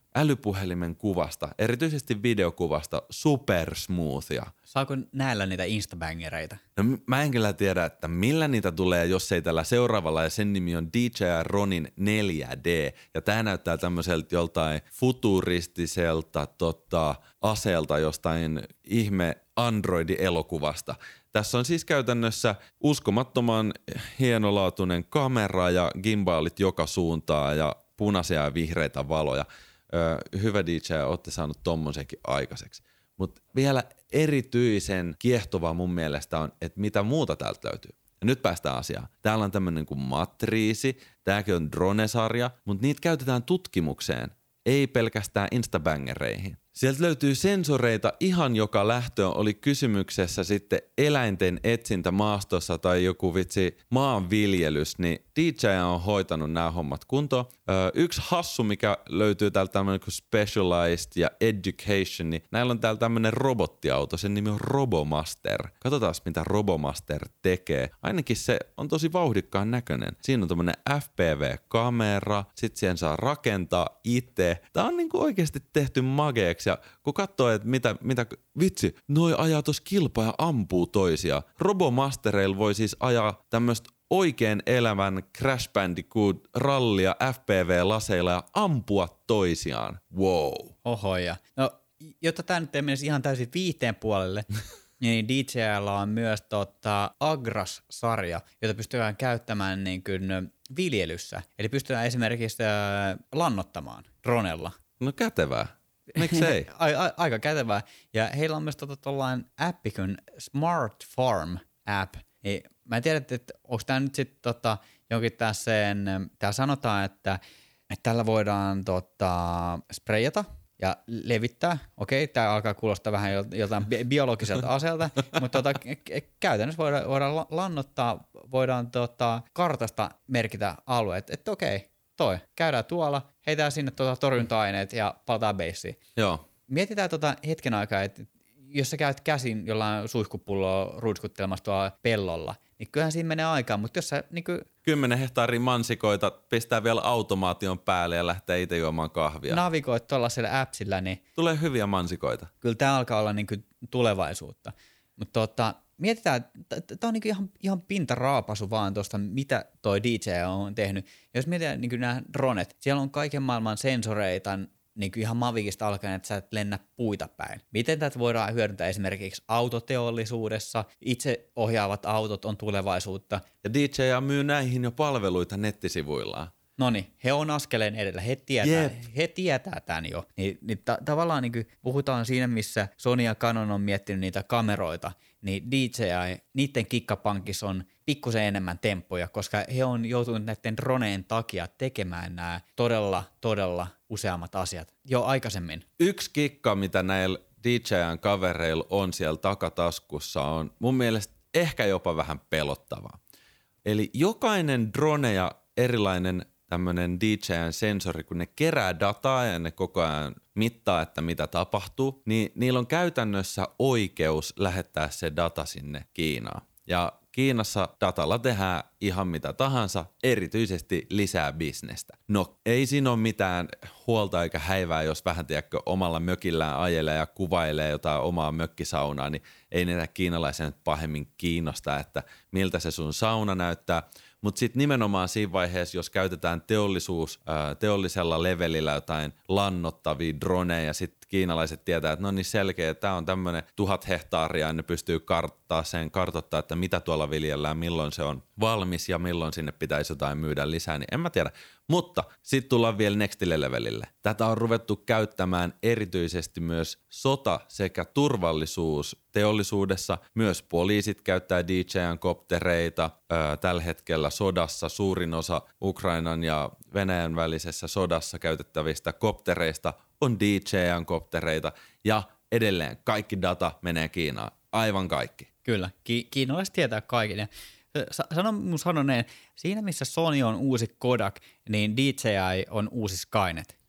älypuhelimen kuvasta, erityisesti videokuvasta, supersmoothia. Saako näillä niitä instabangereita? No mä en kyllä tiedä, että millä niitä tulee, jos ei tällä seuraavalla, ja sen nimi on D J I Ronin neljä D, ja tää näyttää tämmöiseltä joltain futuristiselta tota, aseelta jostain ihme Android-elokuvasta. Tässä on siis käytännössä uskomattoman hienolaatuinen kamera ja gimbaalit joka suuntaan ja punaisia ja vihreitä valoja. Öö, hyvä D J, ootte saanut tommosenkin aikaiseksi. Mutta vielä erityisen kiehtovaa mun mielestä on, että mitä muuta täältä löytyy. Ja nyt päästään asiaan. Täällä on tämmönen kuin matriisi, tääkin on drone-sarja, mutta niitä käytetään tutkimukseen, ei pelkästään instabangereihin. Sieltä löytyy sensoreita ihan joka lähtöön, oli kysymyksessä sitten eläinten etsintä maastossa tai joku vitsi maanviljelys, niin D J on hoitanut nämä hommat kuntoon. Öö, yksi hassu, mikä löytyy täältä tämmöinen kuin Specialized ja Education, niin näillä on täällä tämmöinen robottiauto, sen nimi on Robomaster. Katsotaan mitä Robomaster tekee. Ainakin se on tosi vauhdikkaan näköinen. Siinä on tämmöinen F P V-kamera, sit siihen saa rakentaa itse. Tää on niinku oikeasti tehty mageeksi. Ja kun katsoo, että mitä, mitä, vitsi, noi ajaa tuossa kilpaa ja ampuu toisia. Robomastereilla voi siis ajaa tämmöistä oikein elävän Crash Bandicoot-rallia F P V-laseilla ja ampua toisiaan. Wow. Oho ja. No, jotta tämä nyt ei menisi ihan täysin viiteen puolelle, niin D J I:llä on myös tota Agras-sarja, jota pystytään käyttämään niin kuin viljelyssä. Eli pystytään esimerkiksi äh, lannottamaan dronella. No kätevää. Miksei? a, a, aika kätevää. Ja heillä on myös tuollainen tota, appi kuin Smart Farm app. Niin, mä en tiedä, että onko tämä nyt sitten tota, jonkin täseen, täällä sanotaan, että, että tällä voidaan tota, sprayata ja levittää. Okei, tämä alkaa kuulostaa vähän joltain biologiselta aseelta, mutta tota, käytännössä voidaan, voidaan lannottaa, voidaan tota, kartasta merkitä alueet, että okei, toi, käydään tuolla, heitään sinne tuota torjunta-aineet ja palataan beissiin. Joo. Mietitään tota hetken aikaa, että jos sä käyt käsin jollain suihkupulloa ruiskuttelemassa tuolla pellolla, niin kyllähän siinä menee aikaa, mutta jos sä niinku... Kymmenen hehtaarin mansikoita pistää vielä automaation päälle ja lähtee itse juomaan kahvia. Navigoit tuollaisella appsillä, niin... Tulee hyviä mansikoita. Kyllä tää alkaa olla niinku tulevaisuutta. Mutta tota, mietitään, tämä on niinku ihan, ihan pintaraapasu vaan tuosta, mitä toi D J on tehnyt. Jos mietitään niinku nämä dronet, siellä on kaiken maailman sensoreita, niin kuin ihan mavikista alkaen, että sä et lennä puita päin. Miten tätä voidaan hyödyntää esimerkiksi autoteollisuudessa? Itse ohjaavat autot on tulevaisuutta. Ja D J myy näihin jo palveluita nettisivuillaan. Noniin, he on askeleen edellä, he tietää, Jep. he tietää tämän jo. Ni, niin ta- tavallaan niin kuin puhutaan siinä, missä Sony ja Canon on miettinyt niitä kameroita, niin D J I, niiden kikkapankissa on pikkusen enemmän temppoja, koska he on joutunut näiden droneen takia tekemään nämä todella, todella useammat asiat jo aikaisemmin. Yksi kikka, mitä näillä D J:n kavereilla on siellä takataskussa, on mun mielestä ehkä jopa vähän pelottavaa. Eli jokainen drone ja erilainen tämmöinen D J:n sensori, kun ne kerää dataa ja ne koko ajan mittaa, että mitä tapahtuu, niin niillä on käytännössä oikeus lähettää se data sinne Kiinaan. Ja Kiinassa datalla tehdään ihan mitä tahansa, erityisesti lisää bisnestä. No, ei siinä ole mitään huolta eikä häivää, jos vähän tiedätkö omalla mökillään ajelee ja kuvailee jotain omaa mökkisaunaa, niin ei niitä kiinalaisia nyt pahemmin kiinnosta, että miltä se sun sauna näyttää. Mutta sitten nimenomaan siinä vaiheessa, jos käytetään teollisuus, ää, teollisella levelillä jotain lannottavia droneja ja sitten kiinalaiset tietää, että no niin selkeä, tämä on tämmöinen tuhat hehtaaria ja ne pystyy karttaa sen, kartoittaa, että mitä tuolla viljellään, milloin se on valmis ja milloin sinne pitäisi jotain myydä lisää, niin en mä tiedä. Mutta sitten tullaan vielä nextille levelille. Tätä on ruvettu käyttämään erityisesti myös sota- sekä turvallisuus teollisuudessa. Myös poliisit käyttää D J:n koptereita. Öö, tällä hetkellä sodassa suurin osa Ukrainan ja Venäjän välisessä sodassa käytettävistä koptereista on D J:n koptereita. Ja edelleen kaikki data menee Kiinaan. Aivan kaikki. Kyllä, ki- kiinalaiset tietää kaiken. Ja sano mun sanoneen, siinä missä Sony on uusi Kodak, niin D J I on uusi Skynet.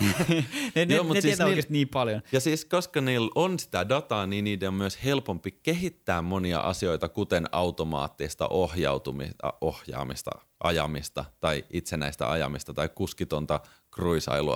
ne ne, Joo, ne siis tietää niil, oikeasti niin paljon. Ja siis koska niillä on sitä dataa, niin niiden on myös helpompi kehittää monia asioita, kuten automaattista ohjautumista, ohjaamista, ajamista tai itsenäistä ajamista tai kuskitonta kruisailua.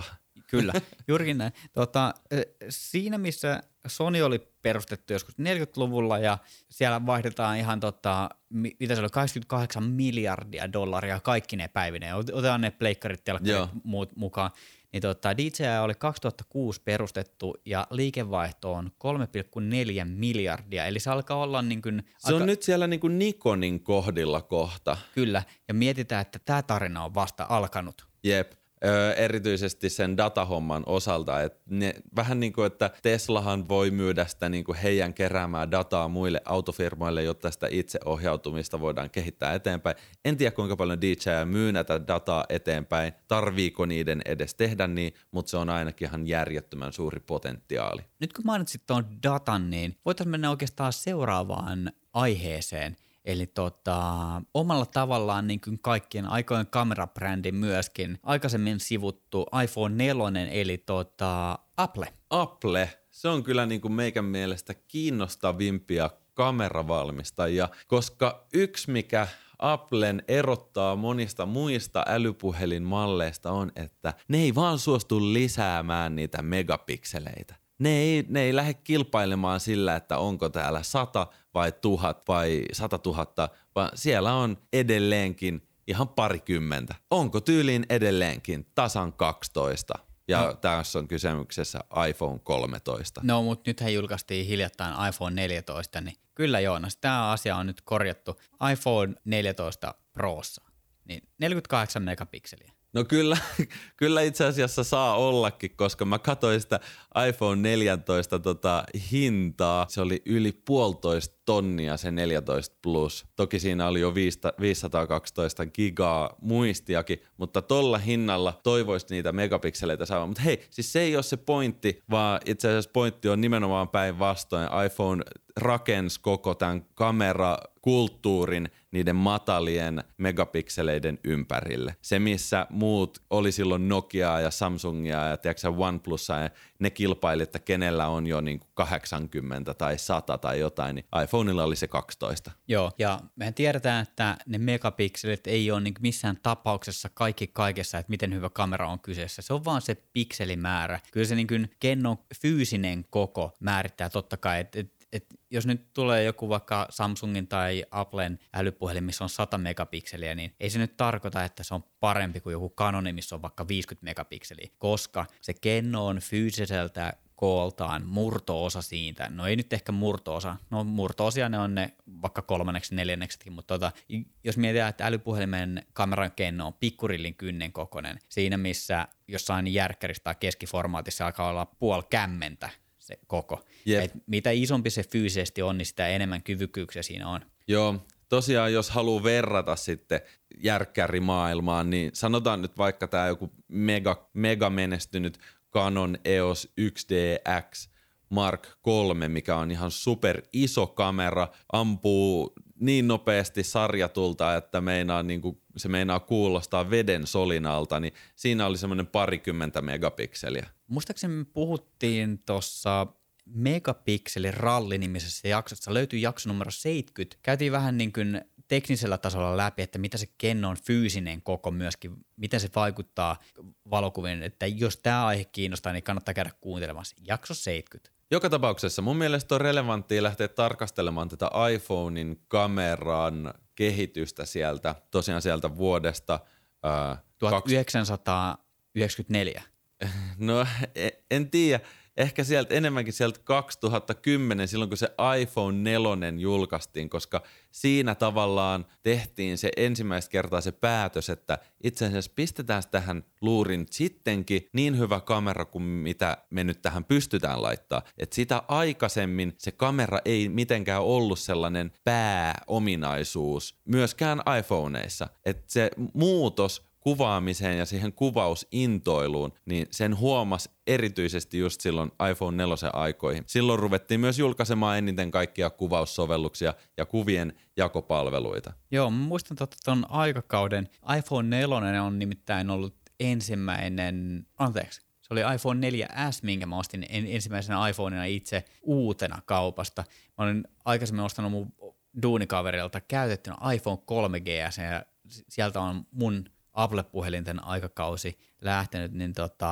Kyllä, juurikin näin. Tota, siinä, missä Sony oli perustettu joskus neljäkymmentäluvulla ja siellä vaihdetaan ihan, tota, mitä se oli, kaksikymmentäkahdeksan miljardia dollaria kaikki ne päivineen. Otetaan ne pleikkarit, telkkarit muut mukaan. Niin tota, D J I oli kaksituhattakuusi perustettu ja liikevaihto on kolme pilkku neljä miljardia, eli se alkaa olla niin kuin... Se aika... on nyt siellä niin kuin Nikonin kohdilla kohta. Kyllä, ja mietitään, että tämä tarina on vasta alkanut. Jep. Öö, erityisesti sen datahomman osalta. Et ne, vähän niin kuin, että Teslahan voi myydä sitä niin kuin heidän keräämää dataa muille autofirmoille, jotta sitä itseohjautumista voidaan kehittää eteenpäin. En tiedä, kuinka paljon D J I myy näitä dataa eteenpäin, tarviiko niiden edes tehdä niin, mutta se on ainakin ihan järjettömän suuri potentiaali. Nyt kun mainitsit tuon datan, niin voitaisiin mennä oikeastaan seuraavaan aiheeseen. Eli tota, omalla tavallaan niin kuin kaikkien aikojen kamerabrändi myöskin aikaisemmin sivuttu iPhone neljä, eli tota, Apple. Apple, se on kyllä niin kuin meikän mielestä kiinnostavimpia kameravalmistajia, koska yksi mikä Applen erottaa monista muista älypuhelinmalleista on, että ne ei vaan suostu lisäämään niitä megapikseleitä. Ne ei, ne ei lähde kilpailemaan sillä, että onko täällä sata vai tuhat vai sata tuhatta, vaan siellä on edelleenkin ihan parikymmentä. Onko tyyliin edelleenkin tasan kaksitoista? Ja no. Tässä on kysymyksessä iPhone kolmetoista. No, mutta nythän julkaistiin hiljattain iPhone neljätoista, niin kyllä Joonas, tämä asia on nyt korjattu. iPhone neljätoista Prossa, niin neljäkymmentäkahdeksan megapikseliä. No kyllä, kyllä itse asiassa saa ollakin, koska mä katsoin sitä iPhone neljätoista tota hintaa. Se oli yli puolitoista tonnia se neljätoista plus. Toki siinä oli jo viisisataakaksitoista gigaa muistiakin, mutta tolla hinnalla toivoisi niitä megapikseleitä saamaan. Mutta hei, siis se ei ole se pointti, vaan itse asiassa pointti on nimenomaan päinvastoin. iPhone rakensi koko tämän kamerakulttuurin niiden matalien megapikseleiden ympärille. Se, missä muut oli silloin Nokiaa ja Samsungia ja tiedätkö, OnePlusia ja ne kilpaili, että kenellä on jo niin kuin kahdeksankymmentä tai sata tai jotain, niin iPhoneilla oli se kaksitoista. Joo, ja mehän tiedetään, että ne megapikselit ei ole niin missään tapauksessa kaikki kaikessa, että miten hyvä kamera on kyseessä. Se on vaan se pikselimäärä. Kyllä se niin kuin kennon fyysinen koko määrittää totta kai, että et, et jos nyt tulee joku vaikka Samsungin tai Applen älypuhelin, missä on sata megapikseliä, niin ei se nyt tarkoita, että se on parempi kuin joku Canon, missä on vaikka viisikymmentä megapikseliä, koska se kenno on fyysiseltä kooltaan murto-osa siitä. No ei nyt ehkä murto-osa, no murto-osia ne on ne vaikka kolmanneksi, neljänneksetkin, mutta tota, jos mietitään, että älypuhelimen kameran kenno on pikkurillin kynnen kokoinen, siinä missä jossain järkkärissä tai keskiformaatissa alkaa olla puoli kämmentä se koko. Yep. Et mitä isompi se fyysisesti on, niin sitä enemmän kyvykkyyksiä siinä on. Joo, tosiaan jos haluaa verrata sitten järkkärimaailmaan, niin sanotaan nyt vaikka tämä joku mega, mega menestynyt Canon E O S yksi D X Mark kolme, mikä on ihan super iso kamera, ampuu niin nopeasti sarjatulta, että meinaa, niin kuin, se meinaa kuulostaa veden solinalta, niin siinä oli semmoinen parikymmentä megapikseliä. Muistaakseni me puhuttiin tuossa Megapixeli-ralli-nimisessä jaksossa, löytyy jakso numero seitsemänkymmentä. Käytiin vähän niin kuin teknisellä tasolla läpi, että mitä se kennon fyysinen koko myöskin, miten se vaikuttaa valokuviin, että jos tämä aihe kiinnostaa, niin kannattaa käydä kuuntelemassa. Jakso seitsemänkymmentä. Joka tapauksessa mun mielestä on relevanttia lähteä tarkastelemaan tätä iPhonein kameran kehitystä sieltä, tosiaan sieltä vuodesta ää, tuhatyhdeksänsataayhdeksänkymmentäneljä. No en tiedä. Ehkä sieltä enemmänkin sieltä kaksituhattakymmenen, silloin kun se iPhone neljä julkaistiin, koska siinä tavallaan tehtiin se ensimmäistä kertaa se päätös, että itse asiassa pistetään tähän luurin sittenkin niin hyvä kamera kuin mitä me nyt tähän pystytään laittaa. Että sitä aikaisemmin se kamera ei mitenkään ollut sellainen pääominaisuus myöskään iPhoneissa. Että se muutos kuvaamiseen ja siihen kuvausintoiluun, niin sen huomasi erityisesti just silloin iPhone neljä aikoihin. Silloin ruvettiin myös julkaisemaan eniten kaikkia kuvaussovelluksia ja kuvien jakopalveluita. Joo, mä muistan tuon aikakauden. iPhone neljä on nimittäin ollut ensimmäinen, anteeksi, se oli iPhone neljä S, minkä mä ostin ensimmäisenä iPhoneina itse uutena kaupasta. Mä olin aikaisemmin ostanut mun duunikaverilta käytettynä iPhone kolme G S ja sieltä on mun Apple-puhelinten aikakausi lähtenyt, niin tota,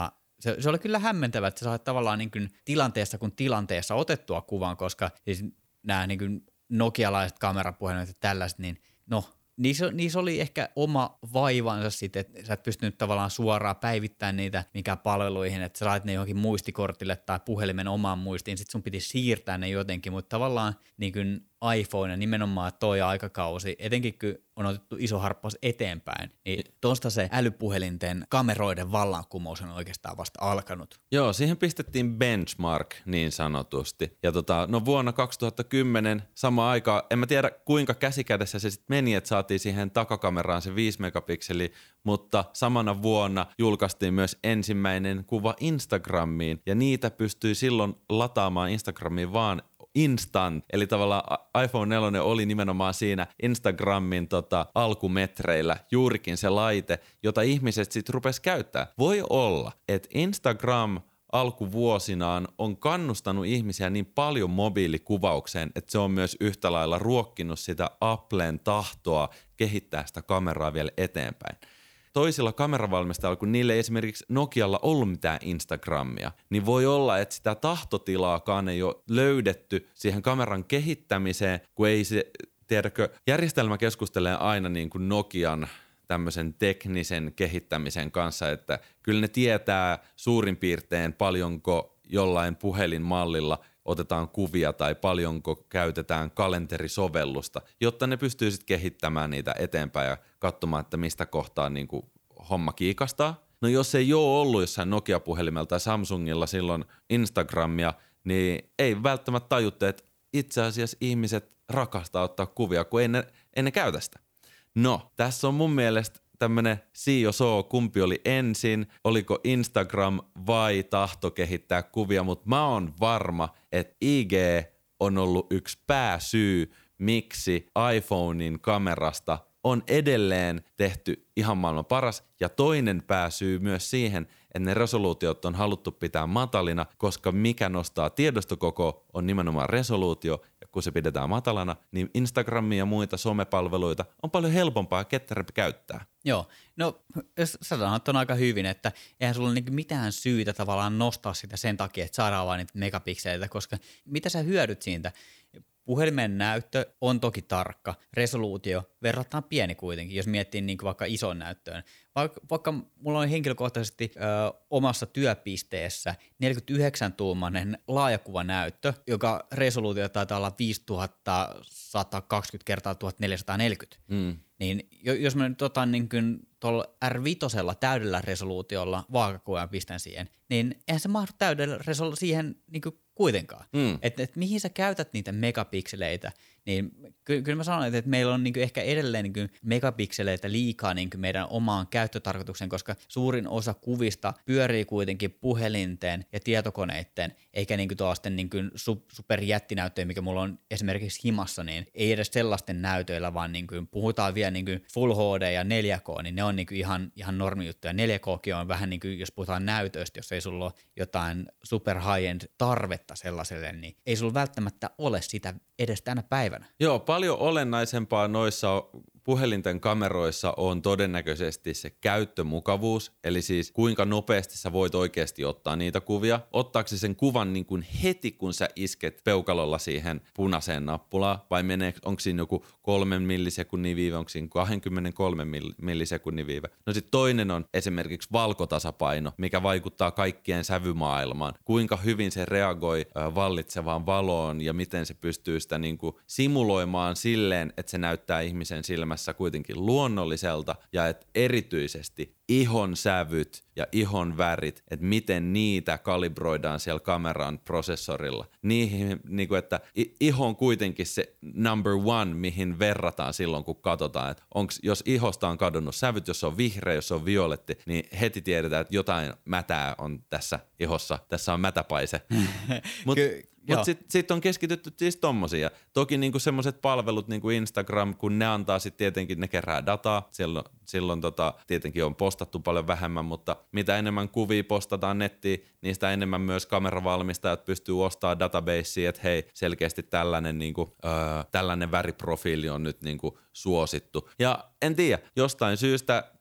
se, se oli kyllä hämmentävä, että sä saat tavallaan niin kuin tilanteessa kuin tilanteessa otettua kuvan, koska siis nämä niin kuin nokialaiset kamerapuhelimet ja tällaiset, niin no, niissä, niissä oli ehkä oma vaivansa sitten, että sä et pystynyt tavallaan suoraan päivittämään niitä mikä palveluihin, että sä lait ne johonkin muistikortille tai puhelimen omaan muistiin, sit sun piti siirtää ne jotenkin, mutta tavallaan niin kuin iPhone ja nimenomaan toi aikakausi, etenkin kun on otettu iso harppaus eteenpäin, niin tuosta se älypuhelinten kameroiden vallankumous on oikeastaan vasta alkanut. Joo, siihen pistettiin benchmark niin sanotusti. Ja tota, no vuonna kaksituhattakymmenen sama aika, en mä tiedä kuinka käsikädessä se sitten meni, että saatiin siihen takakameraan se viisi megapikseli, mutta samana vuonna julkaistiin myös ensimmäinen kuva Instagramiin ja niitä pystyi silloin lataamaan Instagramiin vaan instant, eli tavallaan iPhone neljä oli nimenomaan siinä Instagramin tota, alkumetreillä juurikin se laite, jota ihmiset sitten rupesi käyttää. Voi olla, että Instagram alkuvuosinaan on kannustanut ihmisiä niin paljon mobiilikuvaukseen, että se on myös yhtä lailla ruokkinut sitä Applen tahtoa kehittää sitä kameraa vielä eteenpäin. Toisilla kameravalmistajilla, kun niille ei esimerkiksi Nokialla ollut mitään Instagramia, niin voi olla, että sitä tahtotilaakaan ei ole löydetty siihen kameran kehittämiseen, kun ei se, tiedätkö, järjestelmä keskustelee aina niin kuin Nokian tämmöisen teknisen kehittämisen kanssa, että kyllä ne tietää suurin piirtein paljonko jollain puhelinmallilla otetaan kuvia tai paljonko käytetään kalenterisovellusta, jotta ne pystyy sitten kehittämään niitä eteenpäin ja katsomaan, että mistä kohtaa niin kuin homma kiikastaa. No jos ei ole ollut jossain Nokia-puhelimella tai Samsungilla silloin Instagramia, niin ei välttämättä tajutte, että itse asiassa ihmiset rakastaa ottaa kuvia, kun ei ne, ei ne käytä sitä. No, tässä on mun mielestä tämmönen si jo so, kumpi oli ensin, oliko Instagram vai tahto kehittää kuvia, mutta mä oon varma, että I G on ollut yksi pääsyy, miksi iPhonein kamerasta on edelleen tehty ihan maailman paras, ja toinen pääsyy myös siihen, että ne resoluutiot on haluttu pitää matalina, koska mikä nostaa tiedostokoko on nimenomaan resoluutio, ja kun se pidetään matalana, niin Instagramia ja muita somepalveluita on paljon helpompaa ja ketterämpi käyttää. Joo, no jos sanotaan on aika hyvin, että eihän sulla ole niin mitään syytä tavallaan nostaa sitä sen takia, että saadaan vain niitä megapikseleitä, koska mitä sä hyödyt siitä? Puhelimen näyttö on toki tarkka, resoluutio verrattuna pieni kuitenkin, jos miettii niin kuin vaikka ison näyttöön. Vaikka, vaikka mulla on henkilökohtaisesti ö, omassa työpisteessä neljäkymmentäyhdeksän tuumainen laajakuvanäyttö, joka resoluutio taitaa olla viisituhattasata kaksikymmentä kertaa tuhatneljäsataaneljäkymmentä. Mm. Niin jos mä nyt otan niin kuin tuolla R viisi täydellä resoluutiolla vaakakuvan pistän siihen, niin eihän se mahdu täydellä resoluutiolla siihen niin kuin kuitenkaan. Mm. Että et mihin sä käytät niitä megapikseleitä, niin ky- kyllä mä sanon, että, että meillä on niin kuin ehkä edelleen niin kuin megapikseleitä liikaa niin kuin meidän omaan käyttötarkoitukseen, koska suurin osa kuvista pyörii kuitenkin puhelinten ja tietokoneiden, eikä niin kuin tuollaisten niin kuin superjättinäyttöjä, mikä mulla on esimerkiksi himassa, niin ei edes sellaisten näytöillä, vaan niin kuin puhutaan vielä niin kuin Full H D ja neljä K, niin ne on niin kuin ihan, ihan normijuttuja. neljä K:kin on vähän niin kuin, jos puhutaan näytöistä, jos ei sulla ole jotain super high-end tarvetta sellaiselle, niin ei sulla välttämättä ole sitä edes tänä päivänä. Joo, paljon olennaisempaa noissa puhelinten kameroissa on todennäköisesti se käyttömukavuus, eli siis kuinka nopeasti sä voit oikeasti ottaa niitä kuvia. Ottaako se sen kuvan niin kuin heti, kun sä isket peukalolla siihen punaiseen nappulaan, vai menee, onko siinä joku kolmen millisekunnin viive, onko siinä kaksikymmentäkolme millisekunnin viive. No sitten toinen on esimerkiksi valkotasapaino, mikä vaikuttaa kaikkien sävymaailmaan. Kuinka hyvin se reagoi äh, vallitsevaan valoon ja miten se pystyy sitä niin kuin simuloimaan silleen, että se näyttää ihmisen silmässä kuitenkin luonnolliselta ja että erityisesti ihon sävyt ja ihon värit, että miten niitä kalibroidaan siellä kameran prosessorilla. Niihin, niin kuin, että iho on kuitenkin se number one, mihin verrataan silloin, kun katsotaan, että onks, jos ihosta on kadonnut sävyt, jos se on vihreä, jos se on violetti, niin heti tiedetään, että jotain mätää on tässä ihossa, tässä on mätäpaise. Mutta Mutta sitten sit on keskitytty siis tommosia. Toki niinku semmoiset palvelut niinku Instagram, kun ne antaa sitten tietenkin, ne kerää dataa. Silloin, silloin tota, tietenkin on postattu paljon vähemmän, mutta mitä enemmän kuvia postataan nettiin, niin sitä enemmän myös kameravalmistajat pystyy ostamaan databasea, että hei, selkeästi tällainen, niinku, öö, tällainen väriprofiili on nyt niinku suosittu. Ja en tiedä, jostain syystä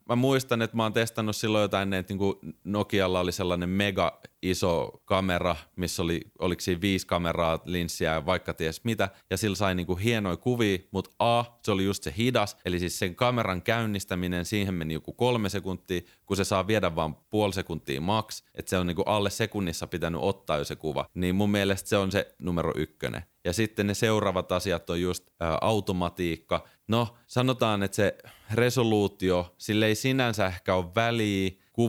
mä muistan, että mä oon testannut silloin jotain, että niinku Nokialla oli sellainen mega iso kamera, missä oli, oliko siinä viisi kameraa, linssiä ja vaikka ties mitä, ja sillä sai niinku hienoja kuvia, mutta A, se oli just se hidas, eli siis sen kameran käynnistäminen, siihen meni joku kolme sekuntia, kun se saa viedä vaan puoli sekuntia max, että se on niinku alle sekunnissa pitänyt ottaa jo se kuva, niin mun mielestä se on se numero ykkönen. Ja sitten ne seuraavat asiat on just ä, automatiikka. No, sanotaan, että se resoluutio, sille ei sinänsä ehkä ole väliä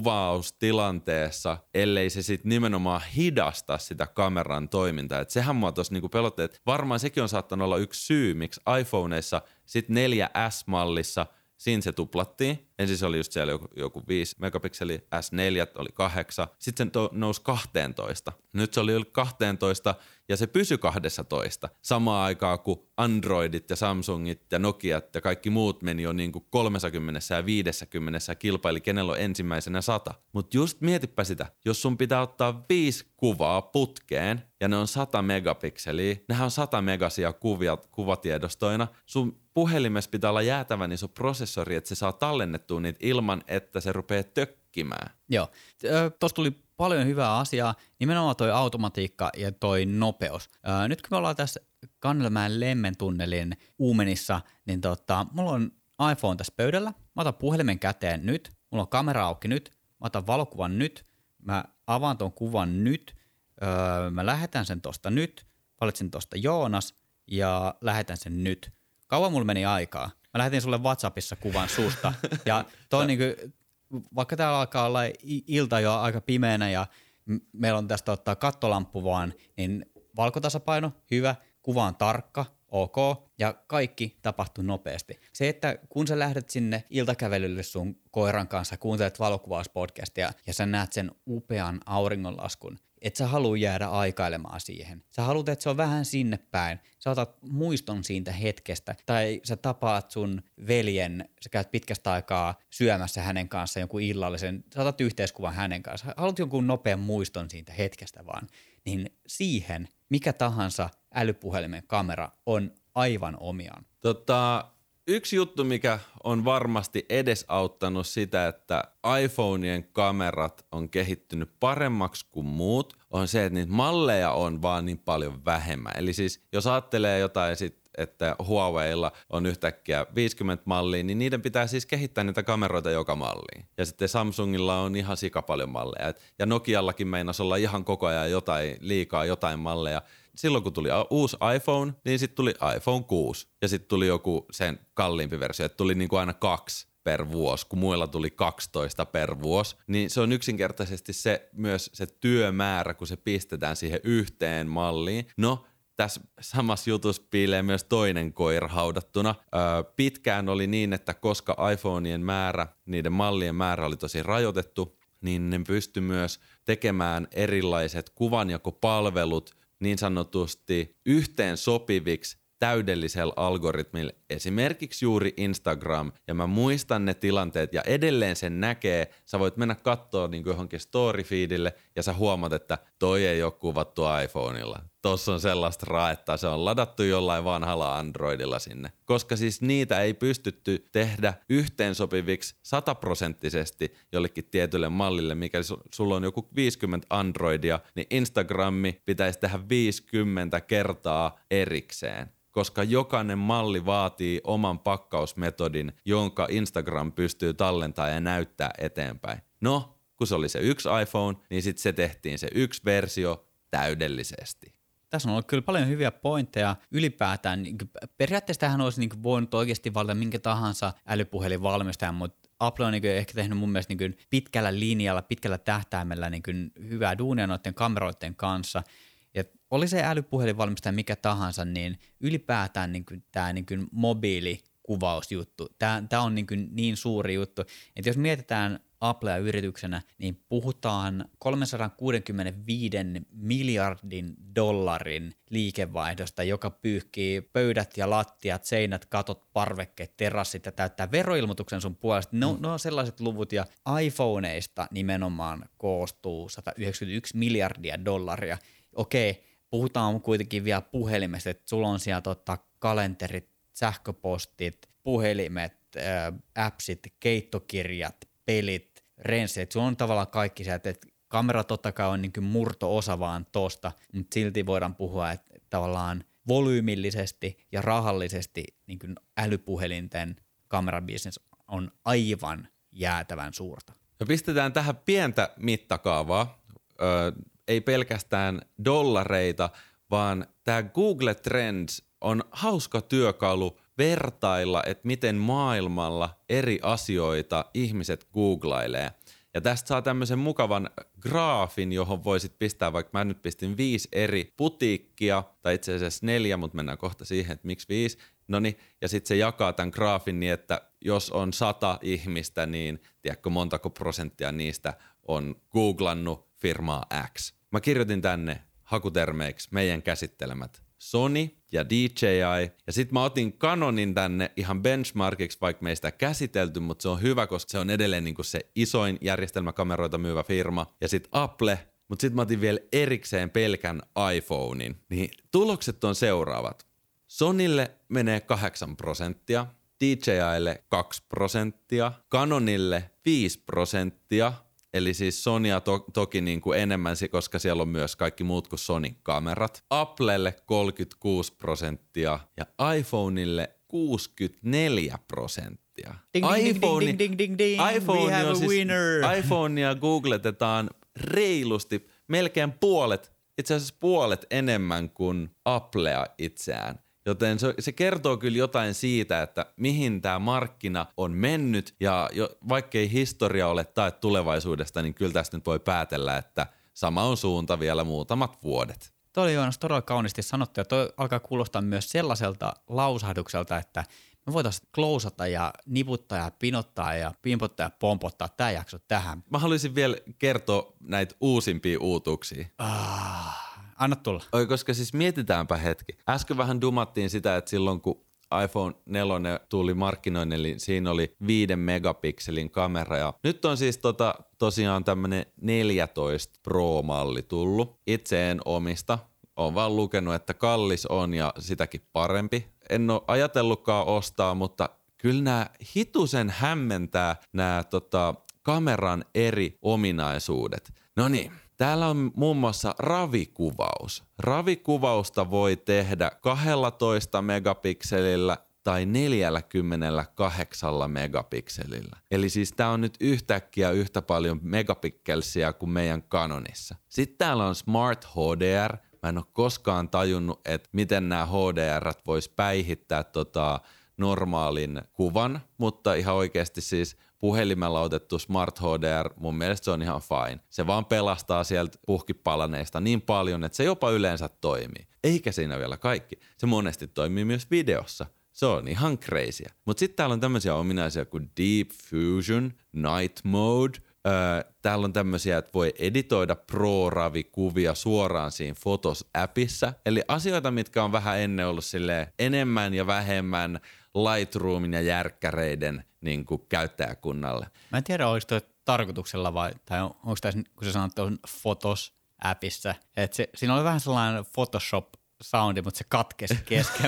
kuvaustilanteessa, ellei se sitten nimenomaan hidasta sitä kameran toimintaa. Et sehän mua tuossa niinku pelotti, että varmaan sekin on saattanut olla yksi syy, miksi iPhoneissa sitten neljä S-mallissa siinä se tuplattiin. Ensin se oli just siellä joku, joku viisi megapikseliä, S neljä oli kahdeksan, sitten se to, nousi kaksitoista. Nyt se oli yli kaksitoista ja se pysyi kaksitoista. Samaan aikaan kuin Androidit ja Samsungit ja Nokiat ja kaikki muut meni jo niin kuin kolmekymmentä ja viisikymmentä ja kilpaili, kenellä on ensimmäisenä sata. Mutta just mietipä sitä, jos sun pitää ottaa viisi kuvaa putkeen ja ne on sata megapikseliä, nehän on sata megasia kuvia kuvatiedostoina, sun puhelimessa pitää olla jäätävän iso prosessori, että se saa tallennettua niitä ilman, että se rupeaa tökkimään. Joo, tuossa tuli paljon hyvää asiaa, nimenomaan toi automatiikka ja toi nopeus. Öö, nyt kun me ollaan tässä Kannelmäen Lemmentunnelin uumenissa, niin tota, mulla on iPhone tässä pöydällä, mä otan puhelimen käteen nyt, mulla on kamera auki nyt, mä otan valokuvan nyt, mä avaan ton kuvan nyt, öö, mä lähetän sen tosta nyt, valitsen tosta Joonas ja lähetän sen nyt. Kauan mulla meni aikaa. Mä lähetin sulle WhatsAppissa kuvan susta ja toi niinku, vaikka täällä alkaa olla ilta jo aika pimeänä ja meillä on tästä ottaa kattolamppu vaan, niin valkotasapaino, hyvä, kuva on tarkka, ok, ja kaikki tapahtuu nopeasti. Se, että kun sä lähdet sinne iltakävelylle sun koiran kanssa, kuuntelet valokuvauspodcastia ja sä näet sen upean auringonlaskun, et sä halua jäädä aikailemaan siihen. Sä haluat, että se on vähän sinne päin. Sä otat muiston siitä hetkestä. Tai sä tapaat sun veljen, sä käyt pitkästä aikaa syömässä hänen kanssa jonkun illallisen. Sä otat yhteiskuvan hänen kanssa. Haluat jonkun nopean muiston siitä hetkestä vaan. Niin siihen mikä tahansa älypuhelimen kamera on aivan omiaan. Tota, yksi juttu, mikä on varmasti edesauttanut sitä, että iPhoneien kamerat on kehittynyt paremmaksi kuin muut, on se, että niitä malleja on vaan niin paljon vähemmän. Eli siis jos ajattelee jotain sit, että Huaweilla on yhtäkkiä viisikymmentä mallia, niin niiden pitää siis kehittää niitä kameroita joka malliin. Ja sitten Samsungilla on ihan sika paljon malleja. Ja Nokiallakin meinasi olla ihan koko ajan jotain, liikaa jotain malleja. Silloin kun tuli uusi iPhone, niin sitten tuli iPhone kuusi ja sitten tuli joku sen kalliimpi versio, että tuli niinku aina kaksi per vuosi, kun muilla tuli kaksitoista per vuosi, niin se on yksinkertaisesti se myös se työmäärä, kun se pistetään siihen yhteen malliin. No, tässä samassa jutussa piilee myös toinen koira haudattuna. Öö, pitkään oli niin, että koska iPhoneien määrä, niiden mallien määrä oli tosi rajoitettu, niin ne pystyi myös tekemään erilaiset kuvanjakopalvelut niin sanotusti yhteen sopiviksi täydellisellä algoritmilla, esimerkiksi juuri Instagram, ja mä muistan ne tilanteet, ja edelleen sen näkee, sä voit mennä katsoa niin johonkin storyfeedille, ja sä huomaat, että toi ei ole kuvattu iPhoneilla. Tossa on sellaista raetta, se on ladattu jollain vanhalla Androidilla sinne. Koska siis niitä ei pystytty tehdä yhteensopiviksi sataprosenttisesti jollekin tietylle mallille, mikäli sulla on joku viisikymmentä Androidia, niin Instagrammi pitäisi tehdä viisikymmentä kertaa erikseen. Koska jokainen malli vaatii oman pakkausmetodin, jonka Instagram pystyy tallentamaan ja näyttää eteenpäin. No, kun se oli se yksi iPhone, niin sitten se tehtiin se yksi versio täydellisesti. Tässä on ollut kyllä paljon hyviä pointteja ylipäätään. Periaatteessa tähän olisi niin voinut oikeasti valita minkä tahansa älypuhelinvalmistajan, mutta Apple on niin ehkä tehnyt mun mielestä niin pitkällä linjalla, pitkällä tähtäimellä niin hyvää duunia noiden kameroiden kanssa. Ja oli se älypuhelinvalmistaja mikä tahansa, niin ylipäätään niin tämä niin mobiilikuvausjuttu, tämä, tämä on niin, niin suuri juttu, että jos mietitään Applea yrityksenä, niin puhutaan kolmesataakuusikymmentäviisi miljardin dollarin liikevaihdosta, joka pyyhkii pöydät ja lattiat, seinät, katot, parvekkeet, terassit ja täyttää veroilmoituksen sun puolesta. Ne on, ne on sellaiset luvut ja iPhoneista nimenomaan koostuu sata yhdeksänkymmentäyksi miljardia dollaria. Okei, puhutaan kuitenkin vielä puhelimesta, että sulla on siellä tota, kalenterit, sähköpostit, puhelimet, äh, appsit, keittokirjat, pelit, renssit, sulla on tavallaan kaikki se, että kamera totta kai on niin kuin murto-osa vaan tosta, mutta silti voidaan puhua, että tavallaan volyymillisesti ja rahallisesti niin kuin älypuhelinten kamerabisnes on aivan jäätävän suurta. Ja pistetään tähän pientä mittakaavaa, öö, ei pelkästään dollareita, vaan tämä Google Trends on hauska työkalu vertailla, että miten maailmalla eri asioita ihmiset googlailee. Ja tästä saa tämmöisen mukavan graafin, johon voisit pistää, vaikka mä nyt pistin viisi eri putiikkia, tai itse asiassa neljä, mutta mennään kohta siihen, että miksi viisi. Noniin, ja sitten se jakaa tämän graafin niin, että jos on sata ihmistä, niin tiedätkö montako prosenttia niistä on googlannut firmaa X. Mä kirjoitin tänne hakutermeiksi meidän käsittelemät Sony ja D J I, ja sitten mä otin Canonin tänne ihan benchmarkiksi, vaikka me ei sitä käsitelty, mutta se on hyvä, koska se on edelleen niinku se isoin järjestelmäkameroita myyvä firma, ja sitten Apple, mutta sitten mä otin vielä erikseen pelkän iPhonein. Niin tulokset on seuraavat. Sonylle menee kahdeksan prosenttia, D J I:lle kaksi prosenttia, Canonille viisi prosenttia, eli siis Sonya to- toki niin kuin enemmän, koska siellä on myös kaikki muut kuin Sonyn kamerat. Applelle kolmekymmentäkuusi prosenttia ja iPhoneille kuusikymmentäneljä prosenttia. Ding, ding, iPhone, ding, ding, ding, ding. iPhone We have on a siis, winner. iPhonea googletetaan reilusti, melkein puolet, itse asiassa puolet enemmän kuin Applea itseään. Joten se, se kertoo kyllä jotain siitä, että mihin tämä markkina on mennyt ja jo, vaikkei historia ole tae tulevaisuudesta, niin kyllä tästä nyt voi päätellä, että sama on suunta vielä muutamat vuodet. Tuo oli Joonas todella kauniisti sanottu ja toi alkaa kuulostaa myös sellaiselta lausahdukselta, että me voitaisiin klousata ja niputtaa ja pinottaa ja pimpottaa ja pompottaa tämä jakso tähän. Mä haluaisin vielä kertoa näitä uusimpia uutuuksia. Ah. Anna tulla. Oi, koska siis mietitäänpä hetki. Äsken vähän dumattiin sitä, että silloin kun iPhone neljä tuli markkinoinnille, niin siinä oli viiden megapikselin kamera. Ja nyt on siis tota, tosiaan tämmönen neljätoista Pro-malli tullut. Itse en omista. Olen vaan lukenut, että kallis on ja sitäkin parempi. En ole ajatellutkaan ostaa, mutta kyllä nämä hitusen hämmentää nämä tota, kameran eri ominaisuudet. No niin. Täällä on muun muassa ravikuvaus. Ravikuvausta voi tehdä kaksitoista megapikselillä tai neljäkymmentäkahdeksan megapikselillä. Eli siis tää on nyt yhtäkkiä yhtä paljon megapikselsiä kuin meidän Canonissa. Sitten täällä on Smart H D R. Mä en ole koskaan tajunnut, että miten nämä H D R:t vois päihittää tota normaalin kuvan, mutta ihan oikeasti siis puhelimella otettu Smart H D R, mun mielestä se on ihan fine. Se vaan pelastaa sieltä puhkipalaneista niin paljon, että se jopa yleensä toimii. Eikä siinä vielä kaikki. Se monesti toimii myös videossa. Se on ihan crazyä. Mutta sitten täällä on tämmöisiä ominaisia kuin Deep Fusion, Night Mode. Öö, täällä on tämmöisiä, että voi editoida ProRavi-kuvia suoraan siinä Photos-appissa. Eli asioita, mitkä on vähän ennen ollut silleen enemmän ja vähemmän Lightroomin ja järkkäreiden niin kuin käyttäjäkunnalle. Mä en tiedä, oliko toi tarkoituksella vai, tai on, onko tässä, kun sä sanot, että on Photos-appissa, että se, siinä oli vähän sellainen Photoshop-soundi, mutta se katkesi kesken.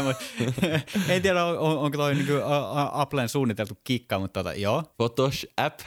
En tiedä, on, onko toi niin kuin Applen suunniteltu kikka, mutta tota, joo. Photoshop.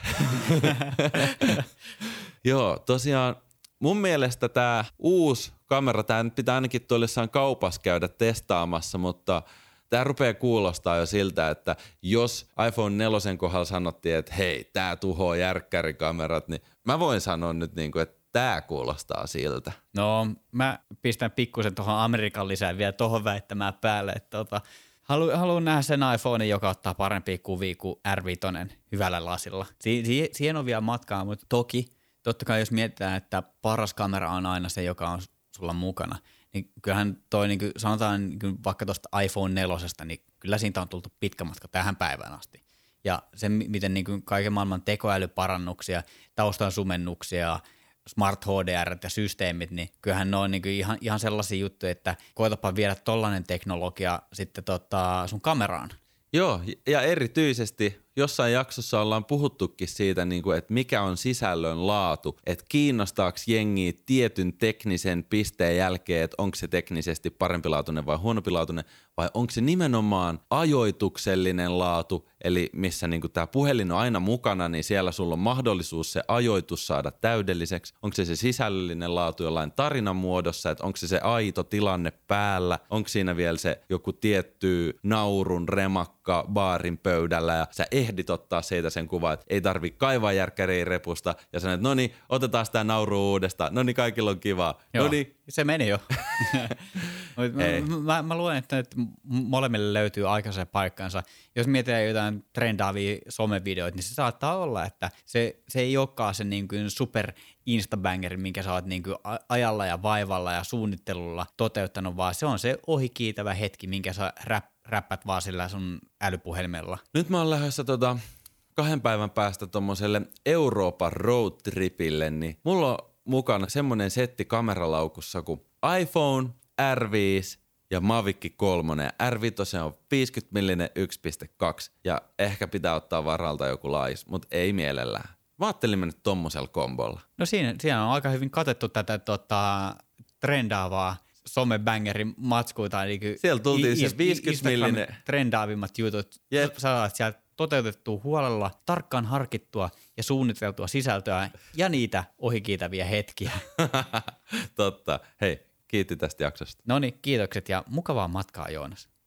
Joo, tosiaan mun mielestä tämä uusi kamera, tämä nyt pitää ainakin tuolla jossain kaupassa käydä testaamassa, mutta tämä rupeaa kuulostaa jo siltä, että jos iPhone neljä kohdalla sanottiin, että hei, tämä tuhoaa järkkärikamerat, niin mä voin sanoa nyt, niin kuin, että tämä kuulostaa siltä. No, mä pistän pikkusen tuohon Amerikan lisään vielä tuohon väittämään päälle, että tota, halu, haluan nähdä sen iPhone, joka ottaa parempia kuvia kuin R viisi hyvällä lasilla. Si- si- siihen on vielä matkaa, mutta toki, totta kai jos mietitään, että paras kamera on aina se, joka on sulla mukana, niin kyllähän toi, niin kuin sanotaan niin kuin vaikka tuosta iPhone neljä, niin kyllä siitä on tultu pitkä matka tähän päivään asti. Ja se, miten niin kuin kaiken maailman tekoälyparannuksia, taustan sumennuksia, Smart H D R ja systeemit, niin kyllähän ne on niin kuin ihan, ihan sellaisia juttuja, että koetapa viedä tollainen teknologia sitten tota sun kameraan. Joo, ja erityisesti jossain jaksossa ollaan puhuttukin siitä, niin kuin, että mikä on sisällön laatu, että kiinnostaako jengiä tietyn teknisen pisteen jälkeen, että onko se teknisesti parempilaatuinen vai huonopilaatuinen, vai onko se nimenomaan ajoituksellinen laatu, eli missä niin kuin tämä puhelin on aina mukana, niin siellä sulla on mahdollisuus se ajoitus saada täydelliseksi. Onko se se sisällöllinen laatu jollain tarinan muodossa, että onko se se aito tilanne päällä, onko siinä vielä se joku tietty naurun remakka baarin pöydällä ja sä ehdit ottaa siitä sen kuvan, että ei tarvi kaivaa järkkäriä repusta ja sanoit, että no niin, otetaan sitä nauru uudestaan, no niin, kaikilla on kivaa. Joo, Noniin. Se meni jo. mä, mä, mä luen, että molemmille löytyy aikansa paikkansa. Jos mietitään jotain trendaavia somevideoita, niin se saattaa olla, että se, se ei olekaan se niin kuin super instabangeri, minkä sä oot niin kuin ajalla ja vaivalla ja suunnittelulla toteuttanut, vaan se on se ohikiitävä hetki, minkä sä rap, räppät vaan sillä sun älypuhelimella. Nyt mä oon lähdössä tota kahden päivän päästä tommoselle Euroopan roadtripille, niin mulla on mukana semmonen setti kameralaukussa kuin iPhone R viisi ja Mavic kolme. R viisi on viisikymmentä millinen yksi pilkku kaksi ja ehkä pitää ottaa varalta joku lais, mutta ei mielellään. Mä ajattelin mennä tommosella kombolla. No siinä, siinä on aika hyvin katettu tätä tota, trendaavaa somebängerin matskuita. Eli siellä tultiin se viisikymmentä millinen. Trendaavimmat jutut. Yep. Saat sieltä toteutettua huolella, tarkkaan harkittua ja suunniteltua sisältöä ja niitä ohikiitäviä hetkiä. Totta. Hei, kiitti tästä jaksosta. No niin, kiitokset ja mukavaa matkaa, Joonas.